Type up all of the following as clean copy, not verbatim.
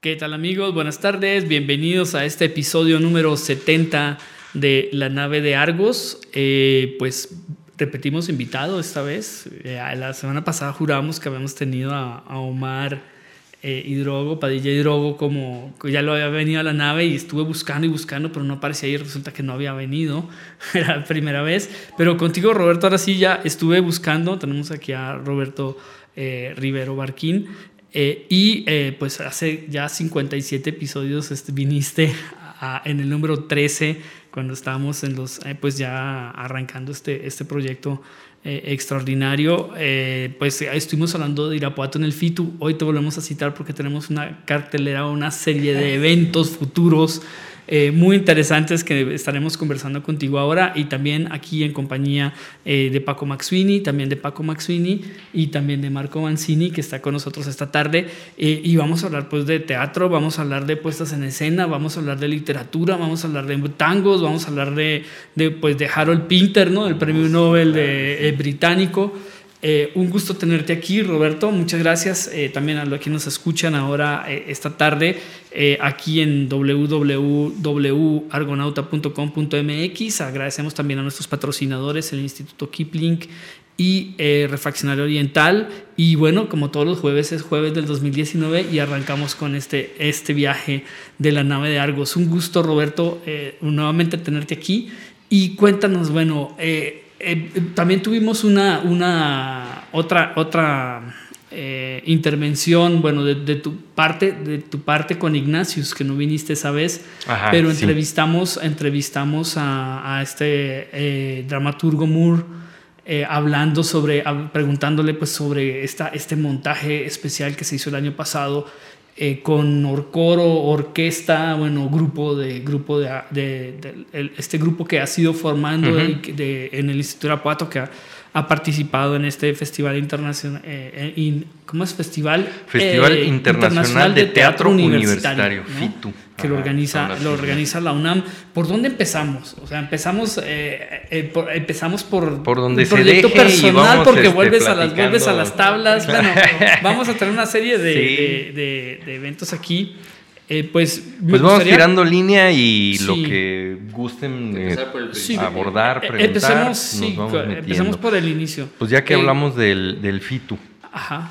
¿Qué tal, amigos? Buenas tardes, bienvenidos a este episodio número 70 de La Nave de Argos. Pues repetimos invitado esta vez. La semana pasada jurábamos que habíamos tenido a Omar Hidrogo, Padilla Hidrogo, como ya lo había venido a la nave, y estuve buscando y buscando, pero no aparecía y resulta que no había venido. Era la primera vez. Pero contigo, Roberto, ahora sí ya estuve buscando. Tenemos aquí a Roberto Rivero Barquín. Pues hace ya 57 episodios viniste en el número 13 cuando estábamos pues ya arrancando este proyecto extraordinario. Pues estuvimos hablando de Irapuato en el FITU. Hoy te volvemos a citar porque tenemos una cartelera, una serie de eventos futuros muy interesantes que estaremos conversando contigo ahora, y también aquí en compañía de Paco Maxuini, también de Paco Maxuini y también de Marco Mancini, que está con nosotros esta tarde, y vamos a hablar pues de teatro, vamos a hablar de puestas en escena, vamos a hablar de literatura, vamos a hablar de tangos, vamos a hablar de Harold Pinter, ¿no? El premio Nobel británico. Un gusto tenerte aquí, Roberto. Muchas gracias también a los que nos escuchan ahora esta tarde aquí en www.argonauta.com.mx. Agradecemos también a nuestros patrocinadores, el Instituto Kipling y Refaccionario Oriental. Y bueno, como todos los jueves, es jueves del 2019 y arrancamos con este viaje de La Nave de Argos. Un gusto, Roberto, nuevamente tenerte aquí. Y cuéntanos, bueno, también tuvimos otra intervención, bueno, de tu parte con Ignatius, que no viniste esa vez. Ajá, pero sí. entrevistamos a este dramaturgo Moore, preguntándole pues sobre este montaje especial que se hizo el año pasado, con Orcoro, orquesta, bueno, este grupo que ha sido formando en el Instituto Irapuato, que ha participado en este festival internacional, ¿cómo es? Festival Internacional de Teatro Universitario, ¿no? FITU, que lo organiza la UNAM. ¿Por dónde empezamos? O sea, empezamos por donde un se proyecto deje, personal, porque vuelves a platicando. las tablas. Bueno, vamos a tener una serie de eventos aquí. Pues vamos tirando línea y lo que gusten abordar, preguntar, empecemos por el inicio. Pues ya que hablamos del FITU. Ajá.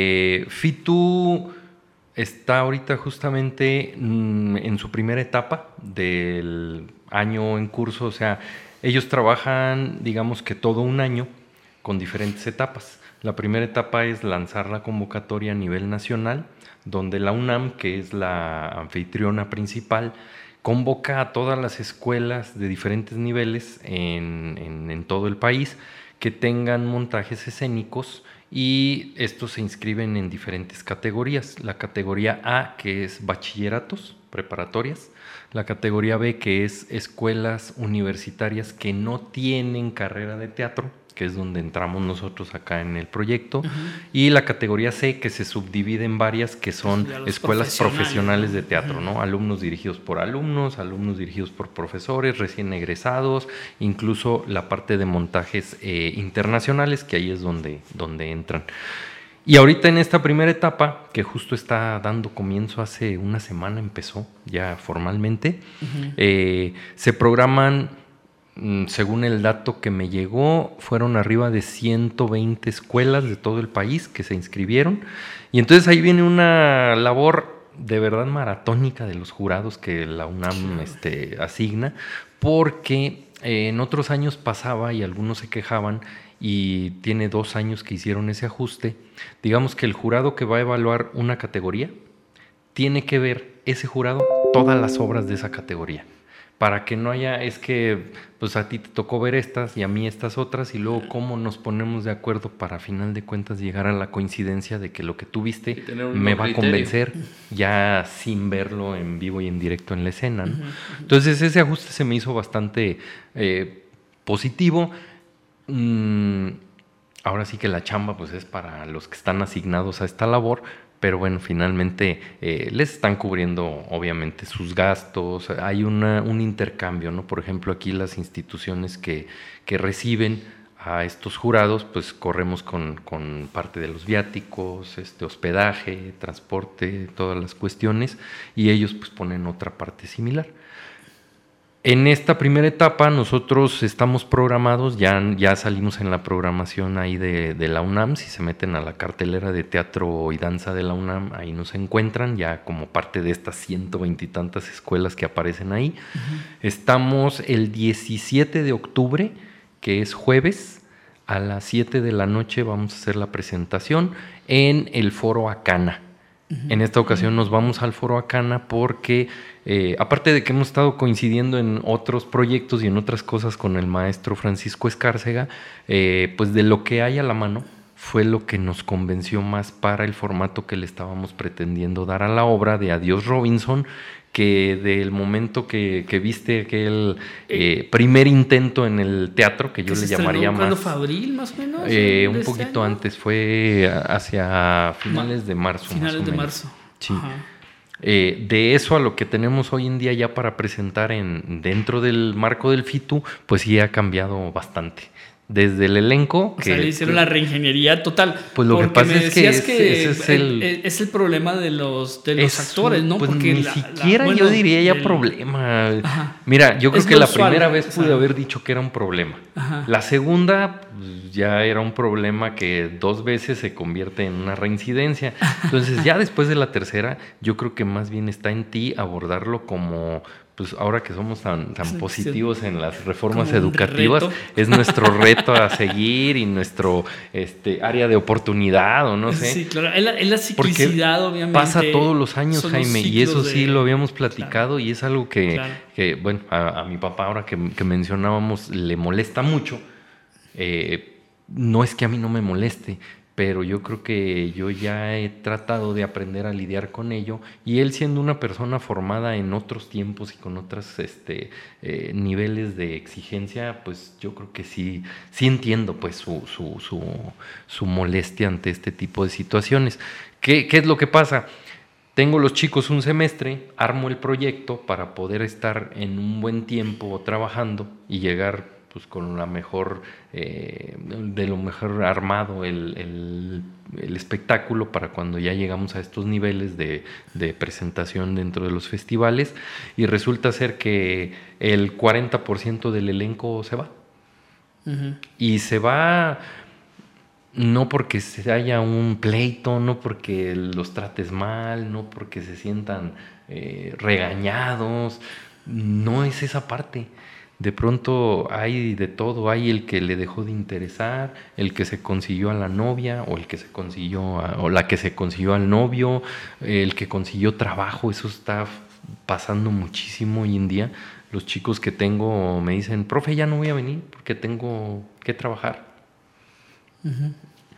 FITU está ahorita justamente en su primera etapa del año en curso. O sea, ellos trabajan, digamos que todo un año con diferentes etapas. La primera etapa es lanzar la convocatoria a nivel nacional, donde la UNAM, que es la anfitriona principal, convoca a todas las escuelas de diferentes niveles en todo el país que tengan montajes escénicos, y estos se inscriben en diferentes categorías. La categoría A, que es bachilleratos, preparatorias; la categoría B, que es escuelas universitarias que no tienen carrera de teatro, que es donde entramos nosotros acá en el proyecto, y la categoría C, que se subdivide en varias, que son escuelas profesionales de teatro, ¿no? Alumnos dirigidos por alumnos, alumnos dirigidos por profesores, recién egresados, incluso la parte de montajes internacionales, que ahí es donde entran. Y ahorita en esta primera etapa, que justo está dando comienzo, hace una semana empezó ya formalmente, se programan, según el dato que me llegó, fueron arriba de 120 escuelas de todo el país que se inscribieron. Y entonces ahí viene una labor de verdad maratónica de los jurados que la UNAM asigna, porque en otros años pasaba y algunos se quejaban, y tiene 2 años que hicieron ese ajuste. Digamos que el jurado que va a evaluar una categoría tiene que ver, ese jurado, todas las obras de esa categoría, para que no haya, es que pues a ti te tocó ver estas y a mí estas otras, y luego cómo nos ponemos de acuerdo para, a final de cuentas, llegar a la coincidencia de que lo que tú viste me va a convencer, ya sin verlo en vivo y en directo en la escena, ¿no? Entonces ese ajuste se me hizo bastante positivo. Ahora sí que la chamba pues es para los que están asignados a esta labor, pero bueno, finalmente les están cubriendo obviamente sus gastos. Hay un intercambio, ¿no? Por ejemplo, aquí las instituciones que reciben a estos jurados, pues corremos con parte de los viáticos, hospedaje, transporte, todas las cuestiones, y ellos pues ponen otra parte similar. En esta primera etapa nosotros estamos programados, ya salimos en la programación ahí de la UNAM. Si se meten a la cartelera de teatro y danza de la UNAM, ahí nos encuentran ya como parte de estas 120 y tantas escuelas que aparecen ahí. Uh-huh. Estamos el 17 de octubre, que es jueves, a las 7 de la noche vamos a hacer la presentación en el Foro Acana. Uh-huh. En esta ocasión nos vamos al Foro Acana porque, aparte de que hemos estado coincidiendo en otros proyectos y en otras cosas con el maestro Francisco Escárcega, pues de lo que hay a la mano fue lo que nos convenció más para el formato que le estábamos pretendiendo dar a la obra de Adiós Robinson, que del momento que viste aquel primer intento en el teatro, que yo le llamaría más... ¿Cuándo fue? ¿Abril más o menos? Un poquito antes, fue hacia finales de marzo. Finales de marzo. Sí. De eso a lo que tenemos hoy en día ya para presentar dentro del marco del FITU, pues sí ha cambiado bastante. Desde el elenco... O sea, le hicieron la reingeniería total. Pues lo que pasa es que es el problema de los actores, ¿no? Pues porque ni siquiera yo diría ya problema. Ajá. Mira, yo creo que la primera vez pude haber dicho que era un problema. Ajá. La segunda pues, ya era un problema que 2 veces se convierte en una reincidencia. Entonces ya después de la tercera, yo creo que más bien está en ti abordarlo como... Pues ahora que somos tan positivos en las reformas educativas, es nuestro reto a seguir y nuestro área de oportunidad, o no sé. Sí, claro. Es la ciclicidad, porque obviamente. Pasa todos los años, Jaime, y eso sí lo habíamos platicado, claro. Y es algo que bueno, a mi papá, ahora que mencionábamos, le molesta mucho. No es que a mí no me moleste, pero yo creo que yo ya he tratado de aprender a lidiar con ello, y él, siendo una persona formada en otros tiempos y con otros niveles de exigencia, pues yo creo que sí entiendo pues su molestia ante este tipo de situaciones. ¿Qué es lo que pasa? Tengo los chicos un semestre, armo el proyecto para poder estar en un buen tiempo trabajando y llegar pues con la mejor, de lo mejor armado el espectáculo para cuando ya llegamos a estos niveles de presentación dentro de los festivales, y resulta ser que el 40% del elenco se va. Uh-huh. Y se va no porque se haya un pleito, no porque los trates mal, no porque se sientan regañados, no es esa parte. De pronto hay de todo, hay el que le dejó de interesar, el que se consiguió a la novia, o el que se consiguió o la que se consiguió al novio, el que consiguió trabajo. Eso está pasando muchísimo hoy en día. Los chicos que tengo me dicen, profe, ya no voy a venir porque tengo que trabajar. Uh-huh.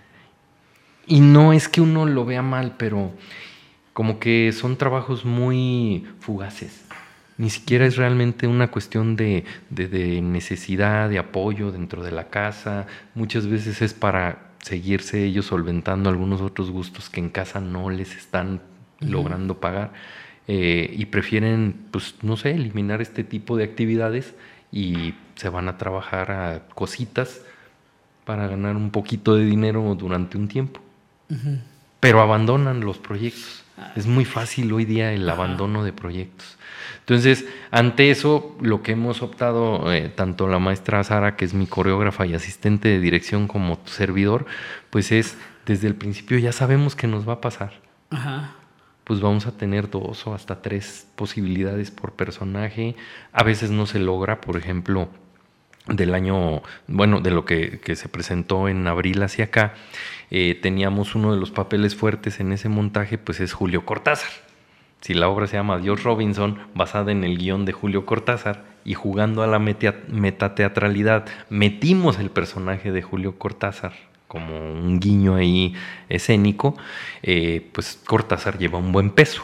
Y no es que uno lo vea mal, pero como que son trabajos muy fugaces. Ni siquiera es realmente una cuestión de necesidad, de apoyo dentro de la casa. Muchas veces es para seguirse ellos solventando algunos otros gustos que en casa no les están logrando pagar. Y prefieren, pues, no sé, eliminar este tipo de actividades y se van a trabajar a cositas para ganar un poquito de dinero durante un tiempo. Uh-huh. Pero abandonan los proyectos. Es muy fácil hoy día el abandono de proyectos. Entonces, ante eso, lo que hemos optado, tanto la maestra Sara, que es mi coreógrafa y asistente de dirección, como tu servidor, pues es, desde el principio ya sabemos que nos va a pasar. Ajá. Pues vamos a tener 2 o hasta 3 posibilidades por personaje. A veces no se logra, por ejemplo, del año, bueno, de lo que se presentó en abril hacia acá, teníamos uno de los papeles fuertes en ese montaje, pues es Julio Cortázar. Si la obra se llama Adiós Robinson, basada en el guión de Julio Cortázar, y jugando a la metateatralidad, metimos el personaje de Julio Cortázar como un guiño ahí escénico, pues Cortázar lleva un buen peso.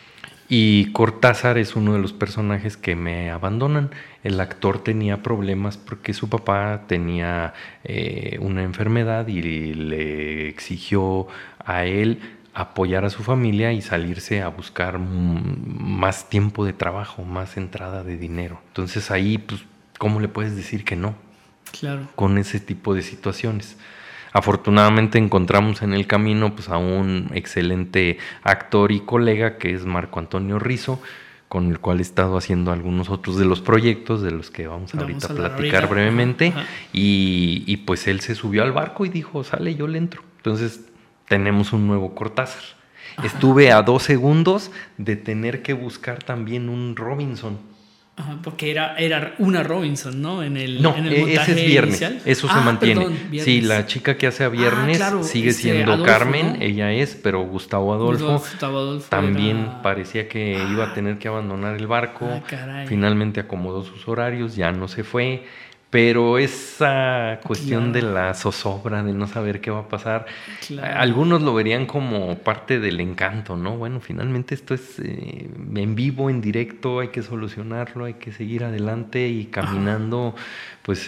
Y Cortázar es uno de los personajes que me abandonan. El actor tenía problemas porque su papá tenía una enfermedad y le exigió a él apoyar a su familia y salirse a buscar más tiempo de trabajo, más entrada de dinero. Entonces ahí, pues, ¿cómo le puedes decir que no? Claro. con ese tipo de situaciones. Afortunadamente encontramos en el camino pues, a un excelente actor y colega que es Marco Antonio Rizzo, con el cual he estado haciendo algunos otros de los proyectos de los que vamos ahorita a platicar brevemente. Ajá. Y pues él se subió al barco y dijo, sale, yo le entro. Entonces tenemos un nuevo Cortázar. Ajá. Estuve a 2 segundos de tener que buscar también un Robinson. Ajá, porque era una Robinson, ¿no? En el montaje ese es Viernes, inicial. Eso se mantiene. Perdón, sí, la chica que hace a Viernes claro, sigue siendo Adolfo, Carmen, ¿no? Ella es, pero Gustavo Adolfo también parecía que iba a tener que abandonar el barco. Finalmente acomodó sus horarios, ya no se fue. Pero esa cuestión de la zozobra, de no saber qué va a pasar, algunos lo verían como parte del encanto, ¿no? Bueno, finalmente esto es en vivo, en directo, hay que solucionarlo, hay que seguir adelante y caminando, pues,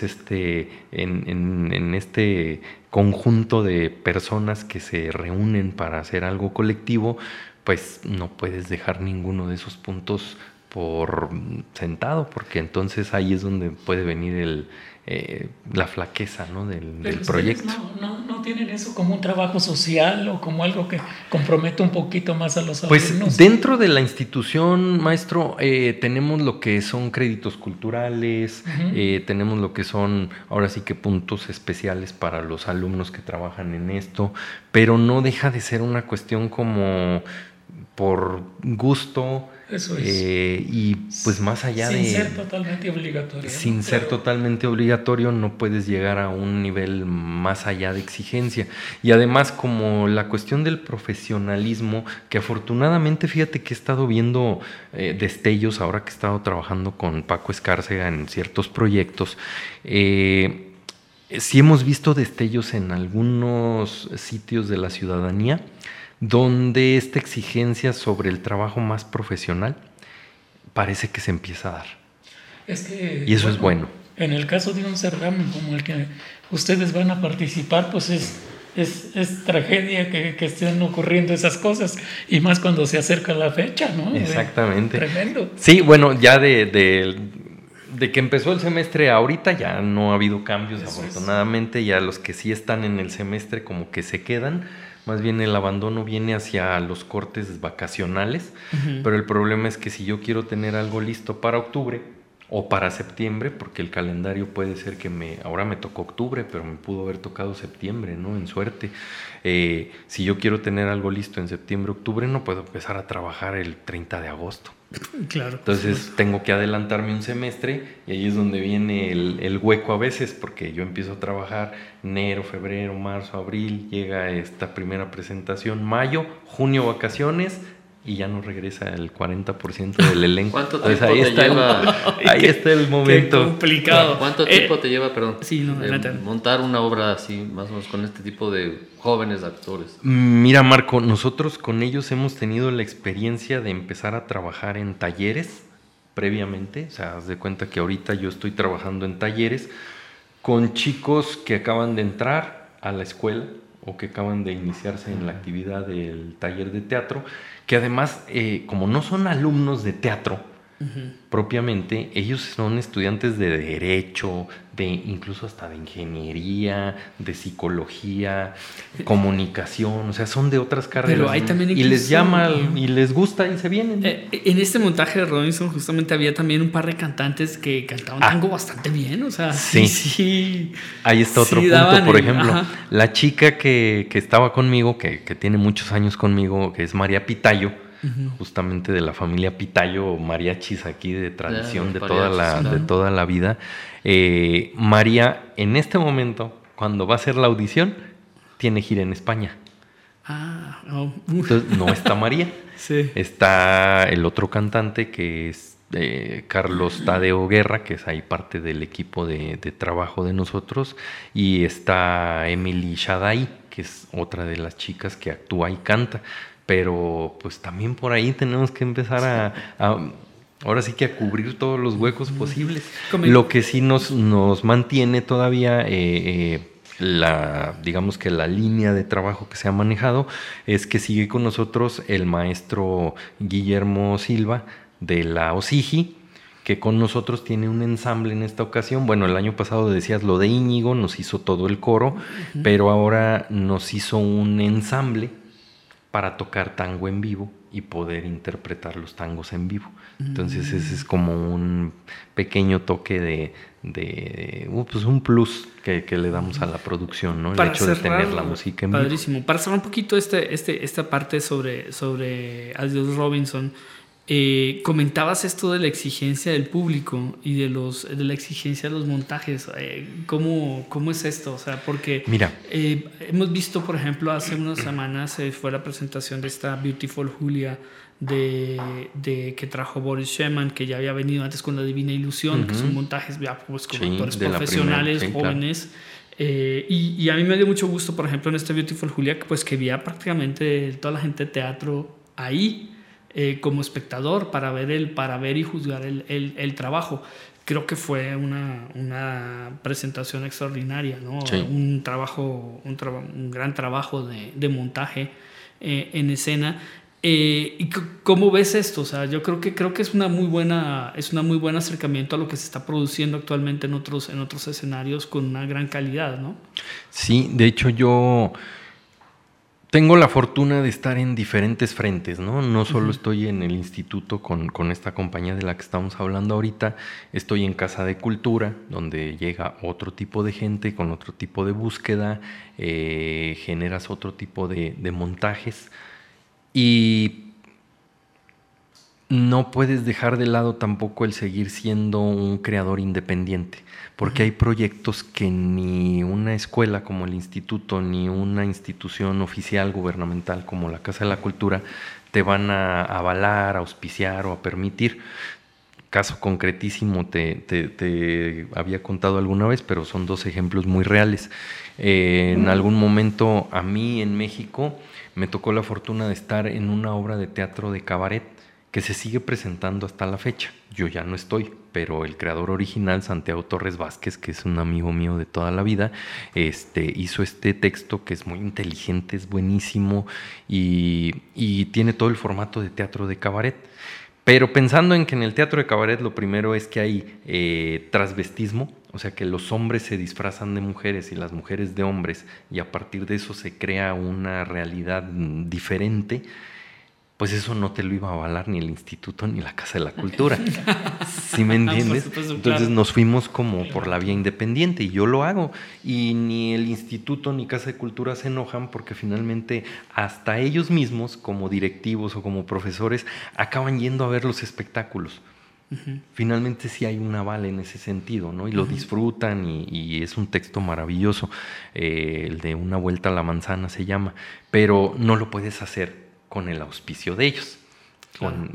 en este conjunto de personas que se reúnen para hacer algo colectivo, pues no puedes dejar ninguno de esos puntos por sentado, porque entonces ahí es donde puede venir la flaqueza, ¿no? del proyecto. No tienen eso como un trabajo social o como algo que compromete un poquito más a los alumnos. Pues dentro de la institución, maestro, tenemos lo que son créditos culturales, tenemos lo que son ahora sí que puntos especiales para los alumnos que trabajan en esto, pero no deja de ser una cuestión como por gusto. Eso es. Y pues más allá sin ser totalmente obligatorio. Sin ser totalmente obligatorio no puedes llegar a un nivel más allá de exigencia. Y además como la cuestión del profesionalismo, que afortunadamente fíjate que he estado viendo destellos ahora que he estado trabajando con Paco Escárcega en ciertos proyectos, sí hemos visto destellos en algunos sitios de la ciudadanía donde esta exigencia sobre el trabajo más profesional parece que se empieza a dar. Y eso es bueno. En el caso de un certamen como el que ustedes van a participar, pues es tragedia que estén ocurriendo esas cosas, y más cuando se acerca la fecha, ¿no? Exactamente. Tremendo. Sí, bueno, ya de que empezó el semestre ahorita ya no ha habido cambios, eso afortunadamente. Ya los que sí están en el semestre como que se quedan. Más bien el abandono viene hacia los cortes vacacionales, pero el problema es que si yo quiero tener algo listo para octubre o para septiembre, porque el calendario puede ser que ahora me tocó octubre, pero me pudo haber tocado septiembre, ¿no? En suerte. Si yo quiero tener algo listo en septiembre, octubre, no puedo empezar a trabajar el 30 de agosto. Claro. Entonces tengo que adelantarme un semestre y ahí es donde viene el hueco a veces, porque yo empiezo a trabajar enero, febrero, marzo, abril, llega esta primera presentación, mayo, junio vacaciones y ya no regresa el 40% del elenco. ¿Cuánto tiempo te lleva? Ahí está el momento. Qué complicado. ¿Cuánto tiempo te lleva, perdón, montar una obra así, más o menos con este tipo de jóvenes actores? Mira, Marco, nosotros con ellos hemos tenido la experiencia de empezar a trabajar en talleres previamente. O sea, haz de cuenta que ahorita yo estoy trabajando en talleres con chicos que acaban de entrar a la escuela o que acaban de iniciarse en la actividad del taller de teatro, que además, como no son alumnos de teatro propiamente, ellos son estudiantes de derecho, incluso hasta de ingeniería, de psicología, comunicación, o sea, son de otras carreras. Pero hay también y les llama y les gusta y se vienen. En este montaje de Robinson justamente había también un par de cantantes que cantaban tango bastante bien, o sea, sí. Ahí está otro punto, por ejemplo, la chica que estaba conmigo, que tiene muchos años conmigo, que es María Pitayo, justamente de la familia Pitayo, mariachis aquí de tradición de toda la vida. María, en este momento, cuando va a hacer la audición, tiene gira en España. Entonces, no está María. Sí. Está el otro cantante que es Carlos Tadeo Guerra, que es ahí parte del equipo de trabajo de nosotros, y está Emily Shaddai, que es otra de las chicas que actúa y canta. Pero pues también por ahí tenemos que empezar ahora sí que a cubrir todos los huecos posibles. Lo que sí nos mantiene todavía digamos que la línea de trabajo que se ha manejado es que sigue con nosotros el maestro Guillermo Silva de la OSIGI, que con nosotros tiene un ensamble en esta ocasión. Bueno, el año pasado decías lo de Íñigo, nos hizo todo el coro, pero ahora nos hizo un ensamble para tocar tango en vivo y poder interpretar los tangos en vivo. Entonces ese es como un pequeño toque pues un plus que le damos a la producción, ¿no? El hecho de tener la música en vivo. Padrísimo. Para cerrar un poquito esta parte sobre Adiós Robinson, comentabas esto de la exigencia del público y de la exigencia de los montajes. ¿Cómo es esto? O sea, porque mira, hemos visto, por ejemplo, hace unas semanas fue la presentación de esta Beautiful Julia que trajo Boris Sheman, que ya había venido antes con La Divina Ilusión, que son montajes ya, pues, con actores profesionales, jóvenes. Claro. Y a mí me dio mucho gusto, por ejemplo, en este Beautiful Julia, pues que vi prácticamente toda la gente de teatro ahí, como espectador para ver y juzgar el trabajo. Creo que fue una presentación extraordinaria, ¿no? Sí. Un gran trabajo de montaje en escena. ¿Y cómo ves esto? O sea, yo creo que es una muy buena acercamiento a lo que se está produciendo actualmente en otros escenarios con una gran calidad, ¿no? Sí, de hecho yo tengo la fortuna de estar en diferentes frentes, ¿no? No solo estoy en el instituto con esta compañía de la que estamos hablando ahorita, estoy en Casa de Cultura, donde llega otro tipo de gente con otro tipo de búsqueda, generas otro tipo de montajes y no puedes dejar de lado tampoco el seguir siendo un creador independiente, porque hay proyectos que ni una escuela como el instituto, ni una institución oficial gubernamental como la Casa de la Cultura te van a avalar, a auspiciar o a permitir. Caso concretísimo te había contado alguna vez, pero son 2 ejemplos muy reales. En algún momento a mí en México me tocó la fortuna de estar en una obra de teatro de cabaret que se sigue presentando hasta la fecha. Yo ya no estoy, pero el creador original, Santiago Torres Vázquez, que es un amigo mío de toda la vida, hizo este texto que es muy inteligente, es buenísimo y tiene todo el formato de teatro de cabaret. Pero pensando en que en el teatro de cabaret lo primero es que hay transvestismo, o sea que los hombres se disfrazan de mujeres y las mujeres de hombres, y a partir de eso se crea una realidad diferente, pues eso no te lo iba a avalar ni el instituto ni la Casa de la Cultura. ¿Sí me entiendes? Entonces nos fuimos como por la vía independiente y yo lo hago. Y ni el instituto ni Casa de Cultura se enojan porque finalmente hasta ellos mismos, como directivos o como profesores, acaban yendo a ver los espectáculos. Finalmente sí hay un aval en ese sentido, ¿no? Y lo disfrutan y es un texto maravilloso. El de Una vuelta a la manzana se llama. Pero no lo puedes hacer con el auspicio de ellos, claro.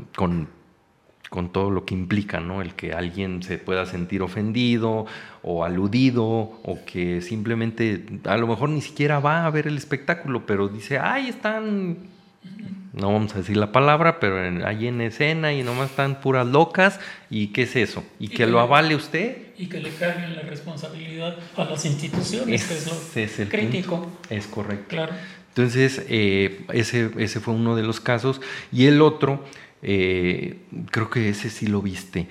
con todo lo que implica, ¿no? El que alguien se pueda sentir ofendido o aludido o que simplemente a lo mejor ni siquiera va a ver el espectáculo, pero dice, ¡ay, están! No vamos a decir la palabra, pero ahí en escena y nomás están puras locas, ¿y qué es eso? ¿Y que lo avale usted? Y que le carguen la responsabilidad a las instituciones, que es lo crítico. Punto. Es correcto. Claro. Entonces, ese fue uno de los casos. Y el otro, creo que ese sí lo viste.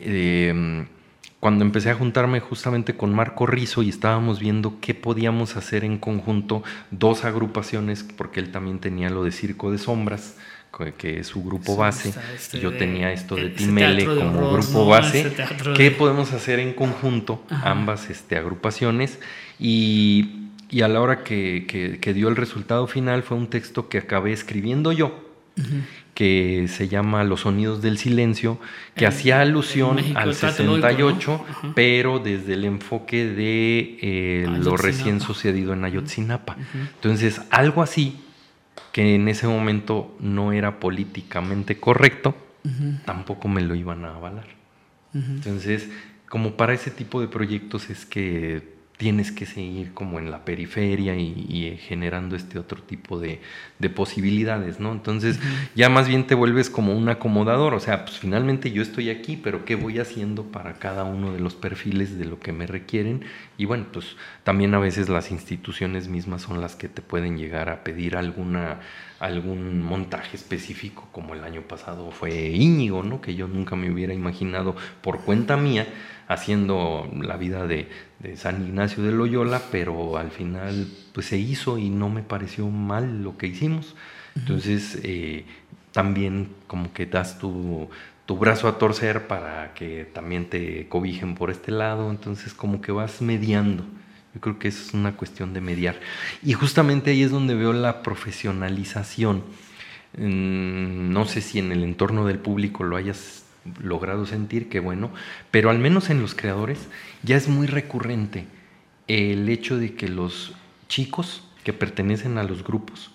Cuando empecé a juntarme justamente con Marco Rizzo y estábamos viendo qué podíamos hacer en conjunto, 2 agrupaciones, porque él también tenía lo de Circo de Sombras, que es su grupo base, y yo tenía esto de Timele como grupo base. ¿Qué podemos hacer en conjunto? Ajá. Ambas agrupaciones. Y a la hora que dio el resultado final fue un texto que acabé escribiendo yo, que se llama Los sonidos del silencio, que hacía alusión al 68, ¿no? Pero desde el enfoque de lo recién sucedido en Ayotzinapa. Entonces, algo así, que en ese momento no era políticamente correcto, tampoco me lo iban a avalar. Entonces, como para ese tipo de proyectos es que tienes que seguir como en la periferia y generando este otro tipo de posibilidades, ¿no? Entonces ya más bien te vuelves como un acomodador, o sea, pues finalmente yo estoy aquí, pero ¿qué voy haciendo para cada uno de los perfiles de lo que me requieren? Y bueno, pues también a veces las instituciones mismas son las que te pueden llegar a pedir algún montaje específico, como el año pasado fue Íñigo, ¿no? Que yo nunca me hubiera imaginado por cuenta mía haciendo la vida de San Ignacio de Loyola, pero al final pues se hizo y no me pareció mal lo que hicimos. Entonces también como que das tu brazo a torcer para que también te cobijen por este lado, entonces como que vas mediando. Yo creo que es una cuestión de mediar. Y justamente ahí es donde veo la profesionalización. No sé si en el entorno del público lo hayas logrado sentir, que bueno, pero al menos en los creadores ya es muy recurrente el hecho de que los chicos que pertenecen a los grupos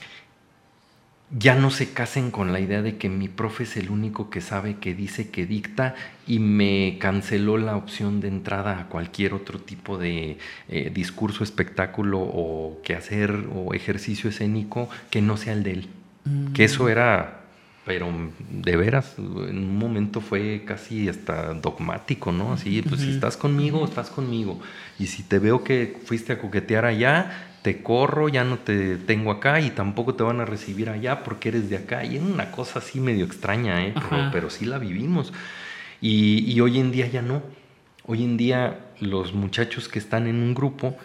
ya no se casen con la idea de que mi profe es el único que sabe, que dice, que dicta y me canceló la opción de entrada a cualquier otro tipo de discurso, espectáculo o quehacer o ejercicio escénico que no sea el de él. Que eso era, pero de veras, en un momento fue casi hasta dogmático, ¿no? Así, pues si estás conmigo, estás conmigo. Y si te veo que fuiste a coquetear allá, te corro, ya no te tengo acá y tampoco te van a recibir allá porque eres de acá. Y es una cosa así medio extraña, pero sí la vivimos. Y hoy en día ya no. Hoy en día los muchachos que están en un grupo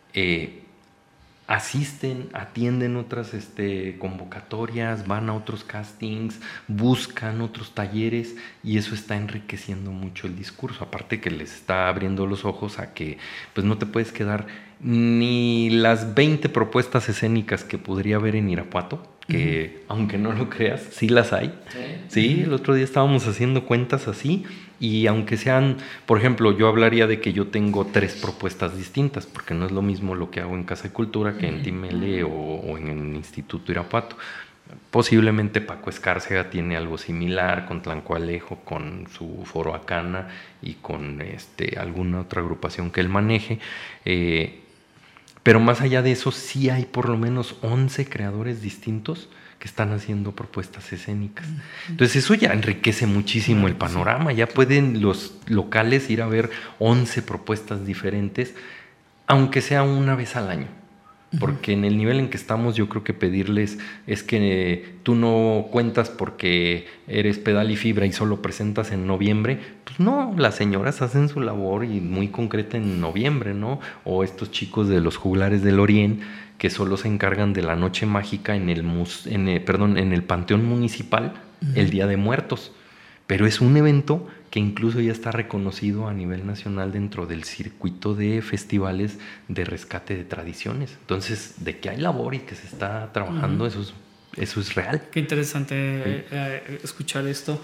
asisten, atienden otras convocatorias, van a otros castings, buscan otros talleres y eso está enriqueciendo mucho el discurso. Aparte que les está abriendo los ojos a que pues no te puedes quedar ni las 20 propuestas escénicas que podría haber en Irapuato, que aunque no lo creas, sí las hay. Sí, el otro día estábamos haciendo cuentas así y aunque sean, por ejemplo, yo hablaría de que yo tengo 3 propuestas distintas, porque no es lo mismo lo que hago en Casa de Cultura que en Timele o en el Instituto Irapuato. Posiblemente Paco Escárcega tiene algo similar con Tlancoalejo, con su Foro Acana y con alguna otra agrupación que él maneje. Pero más allá de eso, sí hay por lo menos 11 creadores distintos que están haciendo propuestas escénicas. Entonces eso ya enriquece muchísimo el panorama. Ya pueden los locales ir a ver 11 propuestas diferentes, aunque sea una vez al año. Porque en el nivel en que estamos, yo creo que pedirles es que tú no cuentas porque eres pedal y fibra y solo presentas en noviembre. Pues no, las señoras hacen su labor y muy concreta en noviembre, ¿no? O estos chicos de los Juglares del Orién que solo se encargan de la noche mágica en el Panteón Municipal el Día de Muertos. Pero es un evento que incluso ya está reconocido a nivel nacional dentro del circuito de festivales de rescate de tradiciones. Entonces, de que hay labor y que se está trabajando, eso es real. Qué interesante escuchar esto.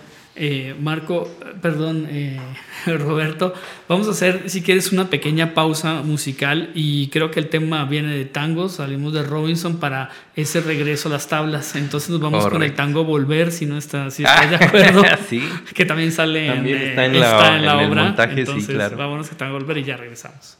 Roberto, vamos a hacer, si quieres, una pequeña pausa musical y creo que el tema viene de tangos, salimos de Robinson para ese regreso a las tablas, entonces nos vamos con el tango Volver, si estás de acuerdo. Sí. Que también sale está en la obra, el montaje, entonces sí, claro. Vámonos a tango Volver y ya regresamos.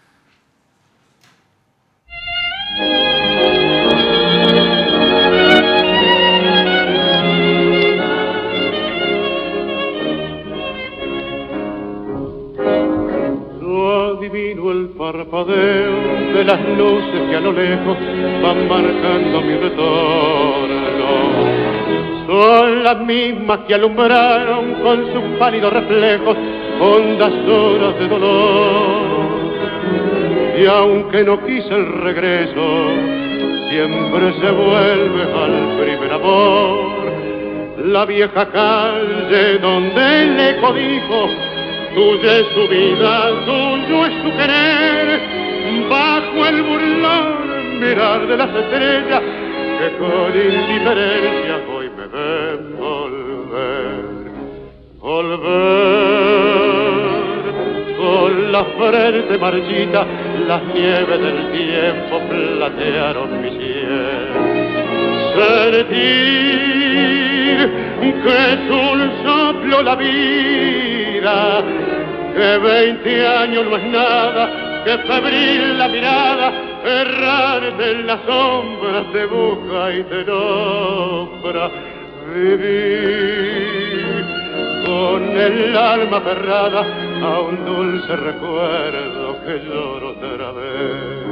Adivino el parpadeo de las luces que a lo lejos van marcando mi retorno. Son las mismas que alumbraron con sus pálidos reflejos hondas horas de dolor. Y aunque no quise el regreso, siempre se vuelve al primer amor. La vieja calle donde el eco dijo: tuya es su vida, tuyo es su querer, bajo el burlón mirar de las estrellas que con indiferencia hoy me ven volver. Con la frente marchita, las nieves del tiempo platearon mi cielo. Sentir que es un soplo la vida, que 20 años no es nada que febril la mirada, errante en las sombras te busca y te nombra. Viví con el alma aferrada a un dulce recuerdo que lloro otra vez.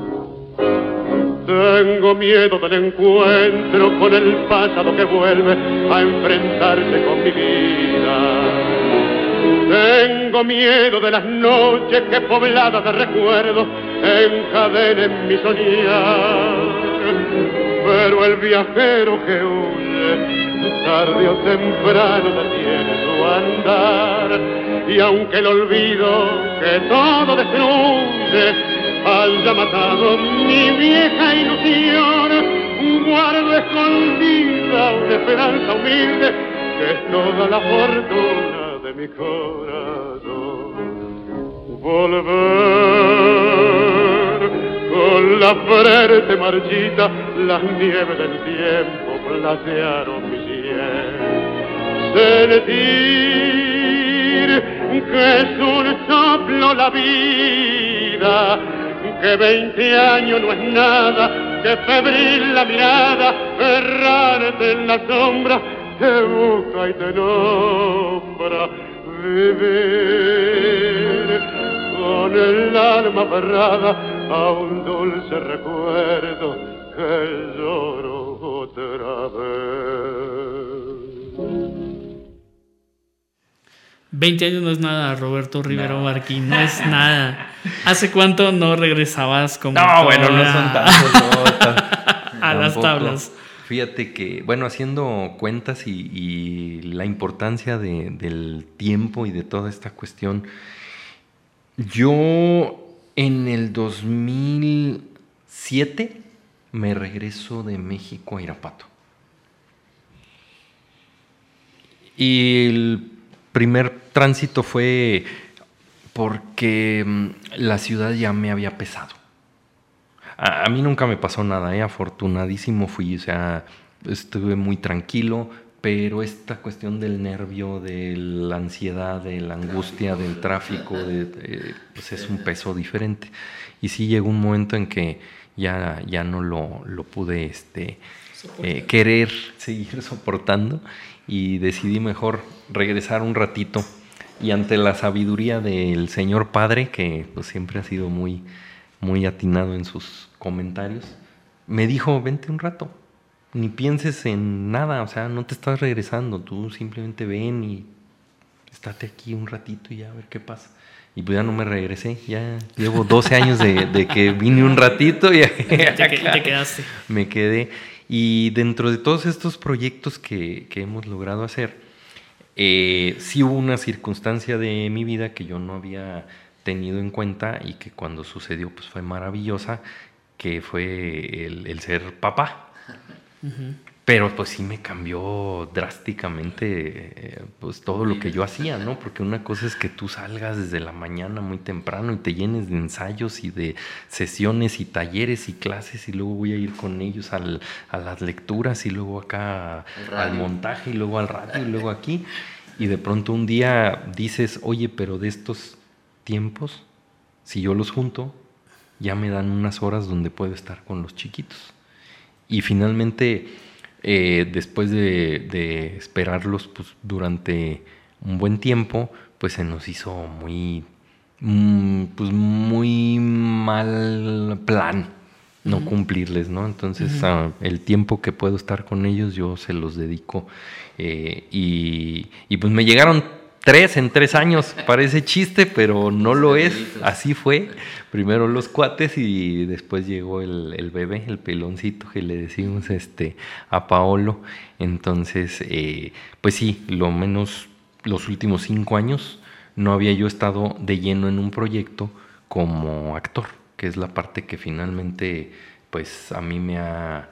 Tengo miedo del encuentro con el pasado que vuelve a enfrentarse con mi vida. Tengo miedo de las noches que pobladas de recuerdos encadenen mi soñar. Pero el viajero que huye, tarde o temprano detiene su andar. Y aunque el olvido que todo destruye haya matado mi vieja ilusión, guardo escondida una esperanza humilde que es toda la fortuna de mi corazón. Volver con la frente marchita, las nieves del tiempo platearon mi sien. Sentir que es un soplo la vida, que 20 años no es nada, que febril la mirada, errante en la sombra, te busca y te nombra. Vivir con el alma aferrada a un dulce recuerdo que lloro otra vez. 20 años no es nada, Roberto Rivero Marquín, no es nada. ¿Hace cuánto no regresabas como no, bueno, no son tantos, no, a las tablas? Fíjate que, bueno, haciendo cuentas y la importancia del tiempo y de toda esta cuestión, yo en el 2007 me regreso de México a Irapuato. Y el primer tránsito fue porque la ciudad ya me había pesado. A mí nunca me pasó nada, afortunadísimo fui, o sea, estuve muy tranquilo, pero esta cuestión del nervio, de la ansiedad, de la angustia, del tráfico, pues es un peso diferente. Y sí llegó un momento en que ya no lo pude querer seguir soportando y decidí mejor regresar un ratito. Y ante la sabiduría del señor padre, que pues siempre ha sido muy, muy atinado en sus comentarios, me dijo, vente un rato, ni pienses en nada, o sea, no te estás regresando, tú simplemente ven y estate aquí un ratito y ya a ver qué pasa. Y pues ya no me regresé, ya llevo 12 años de que vine un ratito y te quedaste. Me quedé. Y dentro de todos estos proyectos que hemos logrado hacer, sí hubo una circunstancia de mi vida que yo no había tenido en cuenta y que cuando sucedió pues fue maravillosa, que fue el ser papá. Uh-huh. Pero pues sí me cambió drásticamente pues todo lo que yo hacía, ¿no? Porque una cosa es que tú salgas desde la mañana muy temprano y te llenes de ensayos y de sesiones y talleres y clases y luego voy a ir con ellos a las lecturas y luego acá al montaje y luego al radio y luego aquí. Y de pronto un día dices, oye, pero de estos tiempos, si yo los junto, ya me dan unas horas donde puedo estar con los chiquitos. Y finalmente, después de esperarlos pues, durante un buen tiempo, pues se nos hizo muy mal plan no cumplirles, ¿no? Entonces, el tiempo que puedo estar con ellos, yo se los dedico. Y pues me llegaron 3 en 3 años, parece chiste, pero no lo es, así fue. Primero los cuates y después llegó el bebé, el peloncito que le decimos a Paolo. Entonces, pues sí, lo menos los últimos 5 años no había yo estado de lleno en un proyecto como actor, que es la parte que finalmente, pues a mí me ha,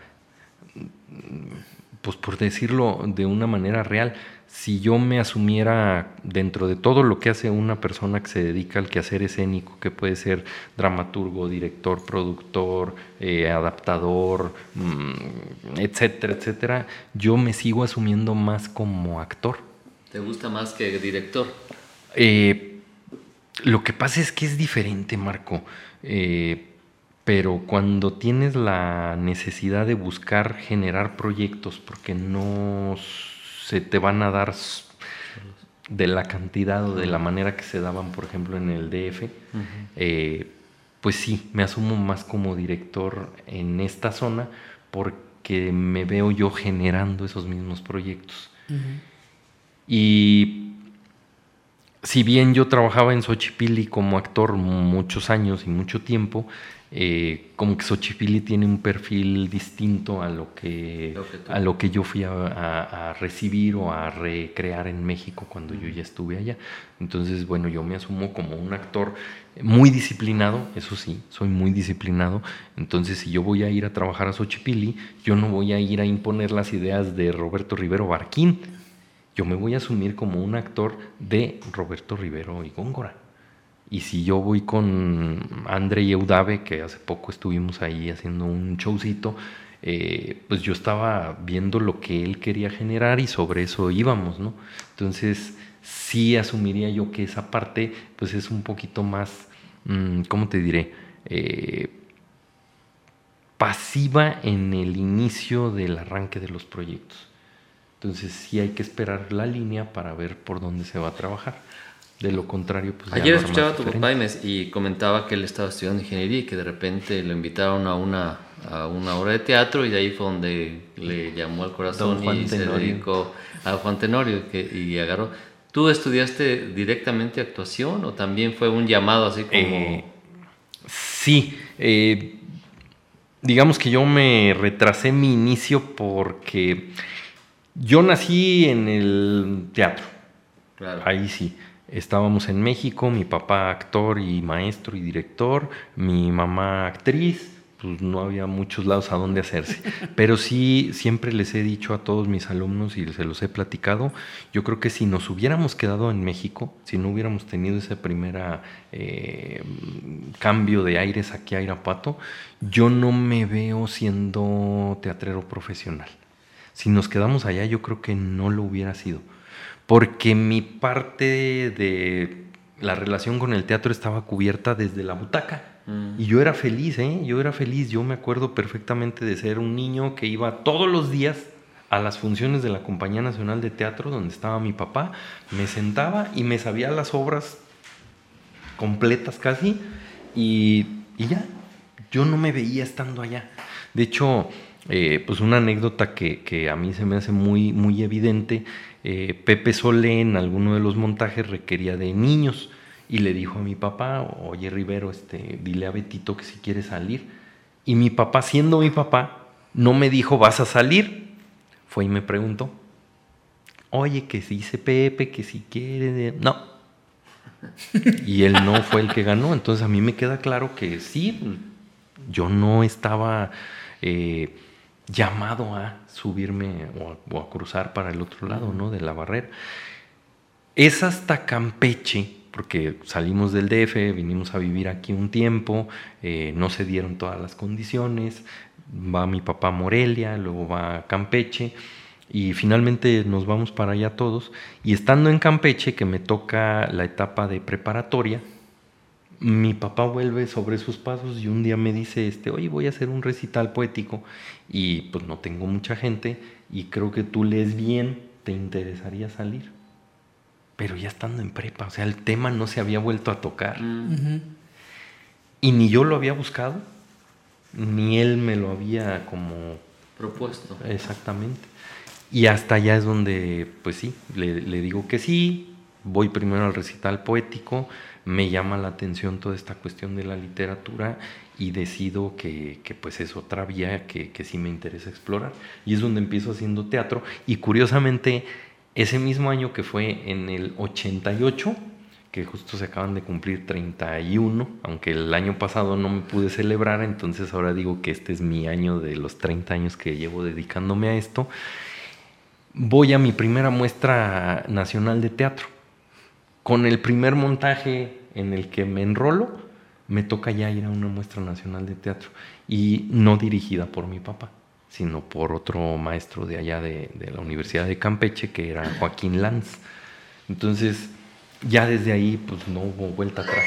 pues por decirlo de una manera real, si yo me asumiera dentro de todo lo que hace una persona que se dedica al quehacer escénico, que puede ser dramaturgo, director, productor, adaptador, etcétera, etcétera, yo me sigo asumiendo más como actor. ¿Te gusta más que director? Lo que pasa es que es diferente, Marco. Pero cuando tienes la necesidad de buscar generar proyectos porque no se te van a dar de la cantidad o de la manera que se daban, por ejemplo, en el DF, pues sí, me asumo más como director en esta zona porque me veo yo generando esos mismos proyectos. Y si bien yo trabajaba en Xochipilli como actor muchos años y mucho tiempo, como que Xochipilli tiene un perfil distinto a lo que yo fui a recibir o a recrear en México cuando yo ya estuve allá. Entonces, bueno, yo me asumo como un actor muy disciplinado, eso sí, soy muy disciplinado. Entonces, si yo voy a ir a trabajar a Xochipilli, yo no voy a ir a imponer las ideas de Roberto Rivero Barquín. Yo me voy a asumir como un actor de Roberto Rivero y Góngora. Y si yo voy con André y Eudave, que hace poco estuvimos ahí haciendo un showcito, pues yo estaba viendo lo que él quería generar y sobre eso íbamos, ¿no? Entonces sí asumiría yo que esa parte pues es un poquito más, ¿cómo te diré? Pasiva en el inicio del arranque de los proyectos. Entonces sí hay que esperar la línea para ver por dónde se va a trabajar. De lo contrario, pues ayer escuchaba a tu papá y comentaba que él estaba estudiando ingeniería y que de repente lo invitaron a una obra de teatro y de ahí fue donde le llamó al corazón y se dedicó a Juan Tenorio y agarró. ¿Tú estudiaste directamente actuación o también fue un llamado así como...? Sí, digamos que yo me retrasé mi inicio porque yo nací en el teatro. Claro. Ahí sí. Estábamos en México, mi papá actor y maestro y director, mi mamá actriz, pues no había muchos lados a donde hacerse. Pero sí, siempre les he dicho a todos mis alumnos y se los he platicado, yo creo que si nos hubiéramos quedado en México, si no hubiéramos tenido ese primer cambio de aires aquí a Irapuato, yo no me veo siendo teatrero profesional. Si nos quedamos allá, yo creo que no lo hubiera sido. Porque mi parte de la relación con el teatro estaba cubierta desde la butaca. Y yo era feliz, yo era feliz. Yo me acuerdo perfectamente de ser un niño que iba todos los días a las funciones de la Compañía Nacional de Teatro, donde estaba mi papá. Me sentaba y me sabía las obras completas casi. Y ya, yo no me veía estando allá. De hecho, pues una anécdota que a mí se me hace muy, muy evidente. Pepe Solé en alguno de los montajes requería de niños y le dijo a mi papá, oye Rivero, dile a Betito que si quiere salir. Y mi papá, siendo mi papá, no me dijo vas a salir. Fue y me preguntó, oye, que si dice Pepe, que si quiere, no. Y él no fue el que ganó. Entonces a mí me queda claro que sí, yo no estaba llamado a subirme o a cruzar para el otro lado, ¿no? De la barrera. Es hasta Campeche, porque salimos del DF, vinimos a vivir aquí un tiempo, no se dieron todas las condiciones, va mi papá a Morelia, luego va a Campeche, y finalmente nos vamos para allá todos. Y estando en Campeche, que me toca la etapa de preparatoria, mi papá vuelve sobre sus pasos y un día me dice, oye, voy a hacer un recital poético y pues no tengo mucha gente y creo que tú lees bien, ¿te interesaría salir? Pero ya estando en prepa, o sea, el tema no se había vuelto a tocar. Y ni yo lo había buscado, ni él me lo había como... propuesto. Exactamente. Y hasta allá es donde, pues sí, le digo que sí, voy primero al recital poético, me llama la atención toda esta cuestión de la literatura y decido que pues es otra vía que sí me interesa explorar. Y es donde empiezo haciendo teatro. Y curiosamente, ese mismo año que fue en el 88, que justo se acaban de cumplir 31, aunque el año pasado no me pude celebrar, entonces ahora digo que este es mi año de los 30 años que llevo dedicándome a esto, voy a mi primera muestra nacional de teatro. Con el primer montaje en el que me enrolo, me toca ya ir a una muestra nacional de teatro y no dirigida por mi papá, sino por otro maestro de allá de la Universidad de Campeche, que era Joaquín Lanz. Entonces, ya desde ahí pues no hubo vuelta atrás.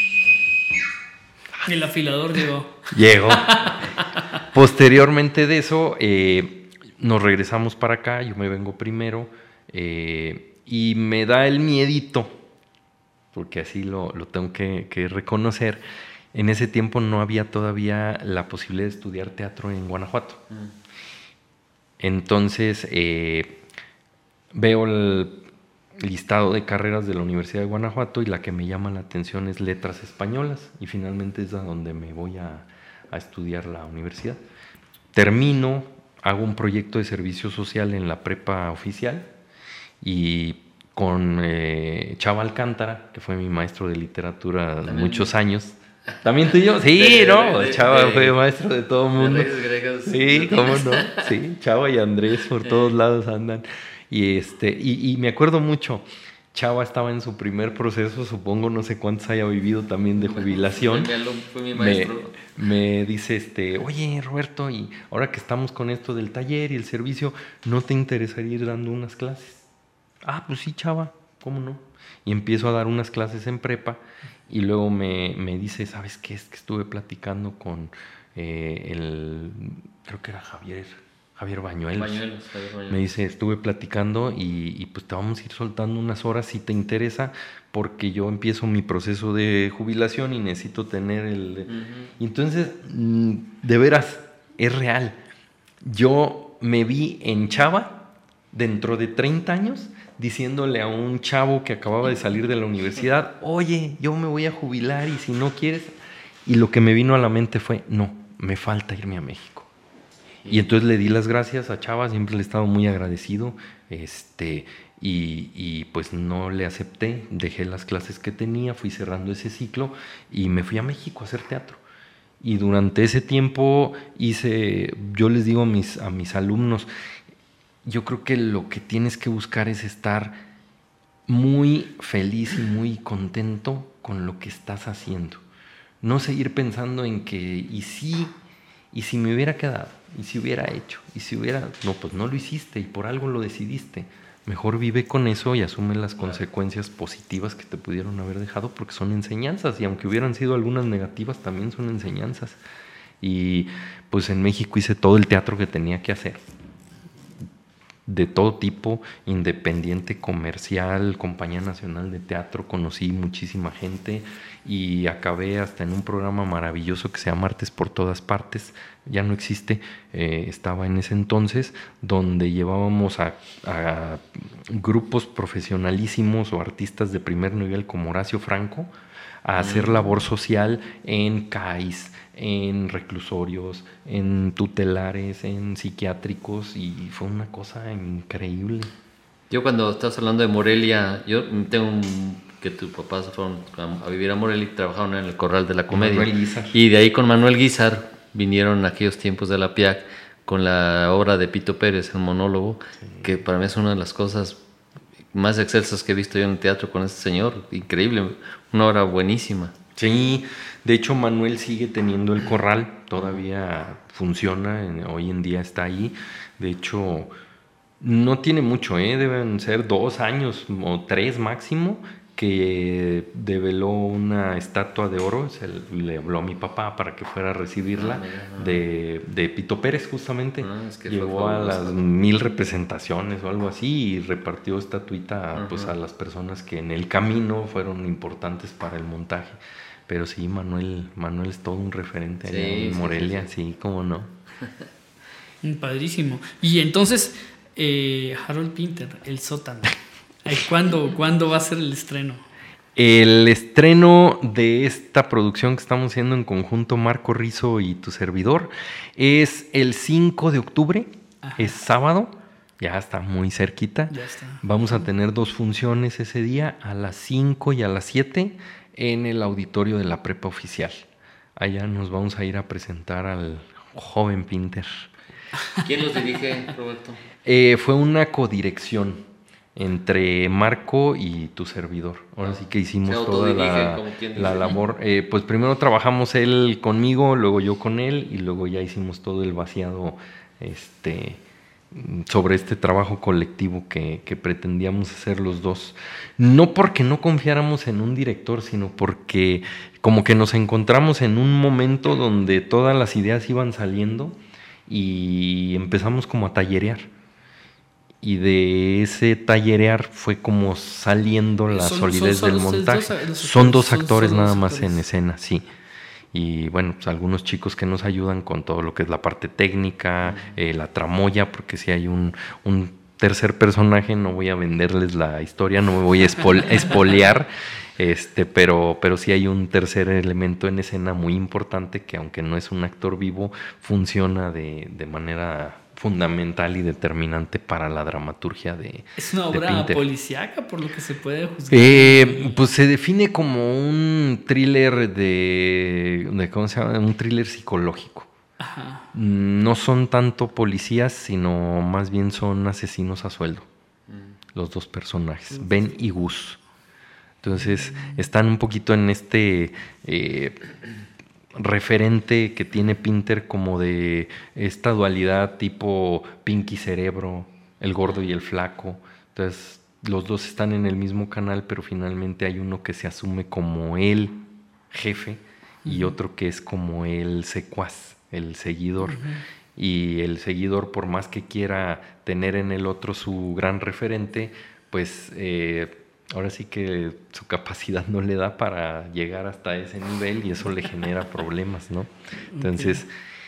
El afilador Llegó. Posteriormente de eso, nos regresamos para acá, yo me vengo primero, y me da el miedito, porque así lo tengo que reconocer. En ese tiempo no había todavía la posibilidad de estudiar teatro en Guanajuato. Entonces, veo el listado de carreras de la Universidad de Guanajuato y la que me llama la atención es Letras Españolas, y finalmente es a donde me voy a estudiar la universidad. Termino, hago un proyecto de servicio social en la prepa oficial y con Chava Alcántara, que fue mi maestro de literatura de muchos años. ¿También tú y yo? Sí, Chava fue maestro de todo el mundo. Sí, cómo no. Sí, Chava y Andrés por todos lados andan. Y me acuerdo mucho, Chava estaba en su primer proceso, supongo, no sé cuántos haya vivido también de jubilación. Fue mi maestro. Me dice, oye, Roberto, y ahora que estamos con esto del taller y el servicio, ¿no te interesaría ir dando unas clases? Ah, pues sí, Chava, ¿cómo no? Y empiezo a dar unas clases en prepa, y luego me dice, ¿sabes qué? Es que estuve platicando con creo que era Javier Bañuelos. Me dice, estuve platicando y pues te vamos a ir soltando unas horas si te interesa, porque yo empiezo mi proceso de jubilación y necesito tener Y entonces, de veras, es real. Yo me vi en Chava dentro de 30 años diciéndole a un chavo que acababa de salir de la universidad, oye, yo me voy a jubilar y si no quieres... Y lo que me vino a la mente fue, no, me falta irme a México. Y entonces le di las gracias a Chava, siempre le he estado muy agradecido, y pues no le acepté, dejé las clases que tenía, fui cerrando ese ciclo y me fui a México a hacer teatro. Y durante ese tiempo yo les digo a mis alumnos, yo creo que lo que tienes que buscar es estar muy feliz y muy contento con lo que estás haciendo. No seguir pensando en que, y si me hubiera quedado, y si hubiera hecho, y si hubiera... No, pues no lo hiciste y por algo lo decidiste. Mejor vive con eso y asume las consecuencias positivas que te pudieron haber dejado, porque son enseñanzas, y aunque hubieran sido algunas negativas, también son enseñanzas. Y pues en México hice todo el teatro que tenía que hacer, de todo tipo, independiente, comercial, Compañía Nacional de Teatro, conocí muchísima gente y acabé hasta en un programa maravilloso que se llama Artes por Todas Partes, ya no existe, estaba en ese entonces, donde llevábamos a grupos profesionalísimos o artistas de primer nivel como Horacio Franco a hacer labor social en CAIS, en reclusorios, en tutelares, en psiquiátricos, y fue una cosa increíble. Yo cuando estás hablando de Morelia, yo tengo que tus papás fueron a vivir a Morelia y trabajaron en el Corral de la Comedia. Y de ahí con Manuel Guízar vinieron en aquellos tiempos de la PIAC con la obra de Pito Pérez, el monólogo, que para mí es una de las cosas más excelsas que he visto yo en el teatro con este señor. Increíble, una obra buenísima. Sí, de hecho Manuel sigue teniendo el Corral, todavía funciona, hoy en día está ahí. De hecho, no tiene mucho, deben ser 2 años o 3 máximo, que develó una estatua de oro, le habló a mi papá para que fuera a recibirla, de Pito Pérez justamente. Es que llegó a las 1000 representaciones o algo así y repartió estatuita pues, a las personas que en el camino fueron importantes para el montaje. Pero sí, Manuel es todo un referente allá en Morelia, sí, cómo no. Padrísimo. Y entonces, Harold Pinter, El Sótano. ¿Cuándo va a ser el estreno? El estreno de esta producción que estamos haciendo en conjunto Marco Rizzo y tu servidor es el 5 de octubre, es sábado, ya está muy cerquita. Ya está. Vamos a tener 2 funciones ese día, a las 5 y a las 7, en el auditorio de la prepa oficial. Allá nos vamos a ir a presentar al joven Pinter. ¿Quién los dirige, Roberto? Fue una codirección entre Marco y tu servidor. Ahora sí que hicimos toda la labor. Pues primero trabajamos él conmigo, luego yo con él, y luego ya hicimos todo el vaciado sobre este trabajo colectivo que pretendíamos hacer los dos. No porque no confiáramos en un director, sino porque como que nos encontramos en un momento donde todas las ideas iban saliendo y empezamos como a tallerear. Y de ese tallerear fue como saliendo la solidez del montaje. Son dos actores nada más en escena, sí. Y bueno, pues algunos chicos que nos ayudan con todo lo que es la parte técnica, la tramoya, porque si hay un tercer personaje, no voy a venderles la historia, no me voy a espolear, pero sí hay un tercer elemento en escena muy importante que, aunque no es un actor vivo, funciona de manera fundamental y determinante para la dramaturgia de Es una obra policíaca, por lo que se puede juzgar. Pues se define como un thriller ¿cómo se llama? Un thriller psicológico. Ajá. No son tanto policías, sino más bien son asesinos a sueldo. Los dos personajes, Ben y Gus. Entonces están un poquito en este referente que tiene Pinter como de esta dualidad tipo Pinky Cerebro, el gordo y el flaco. Entonces los dos están en el mismo canal, pero finalmente hay uno que se asume como el jefe y otro que es como el secuaz, el seguidor. Y el seguidor, por más que quiera tener en el otro su gran referente, pues ahora sí que su capacidad no le da para llegar hasta ese nivel y eso le genera problemas, ¿no? Entonces,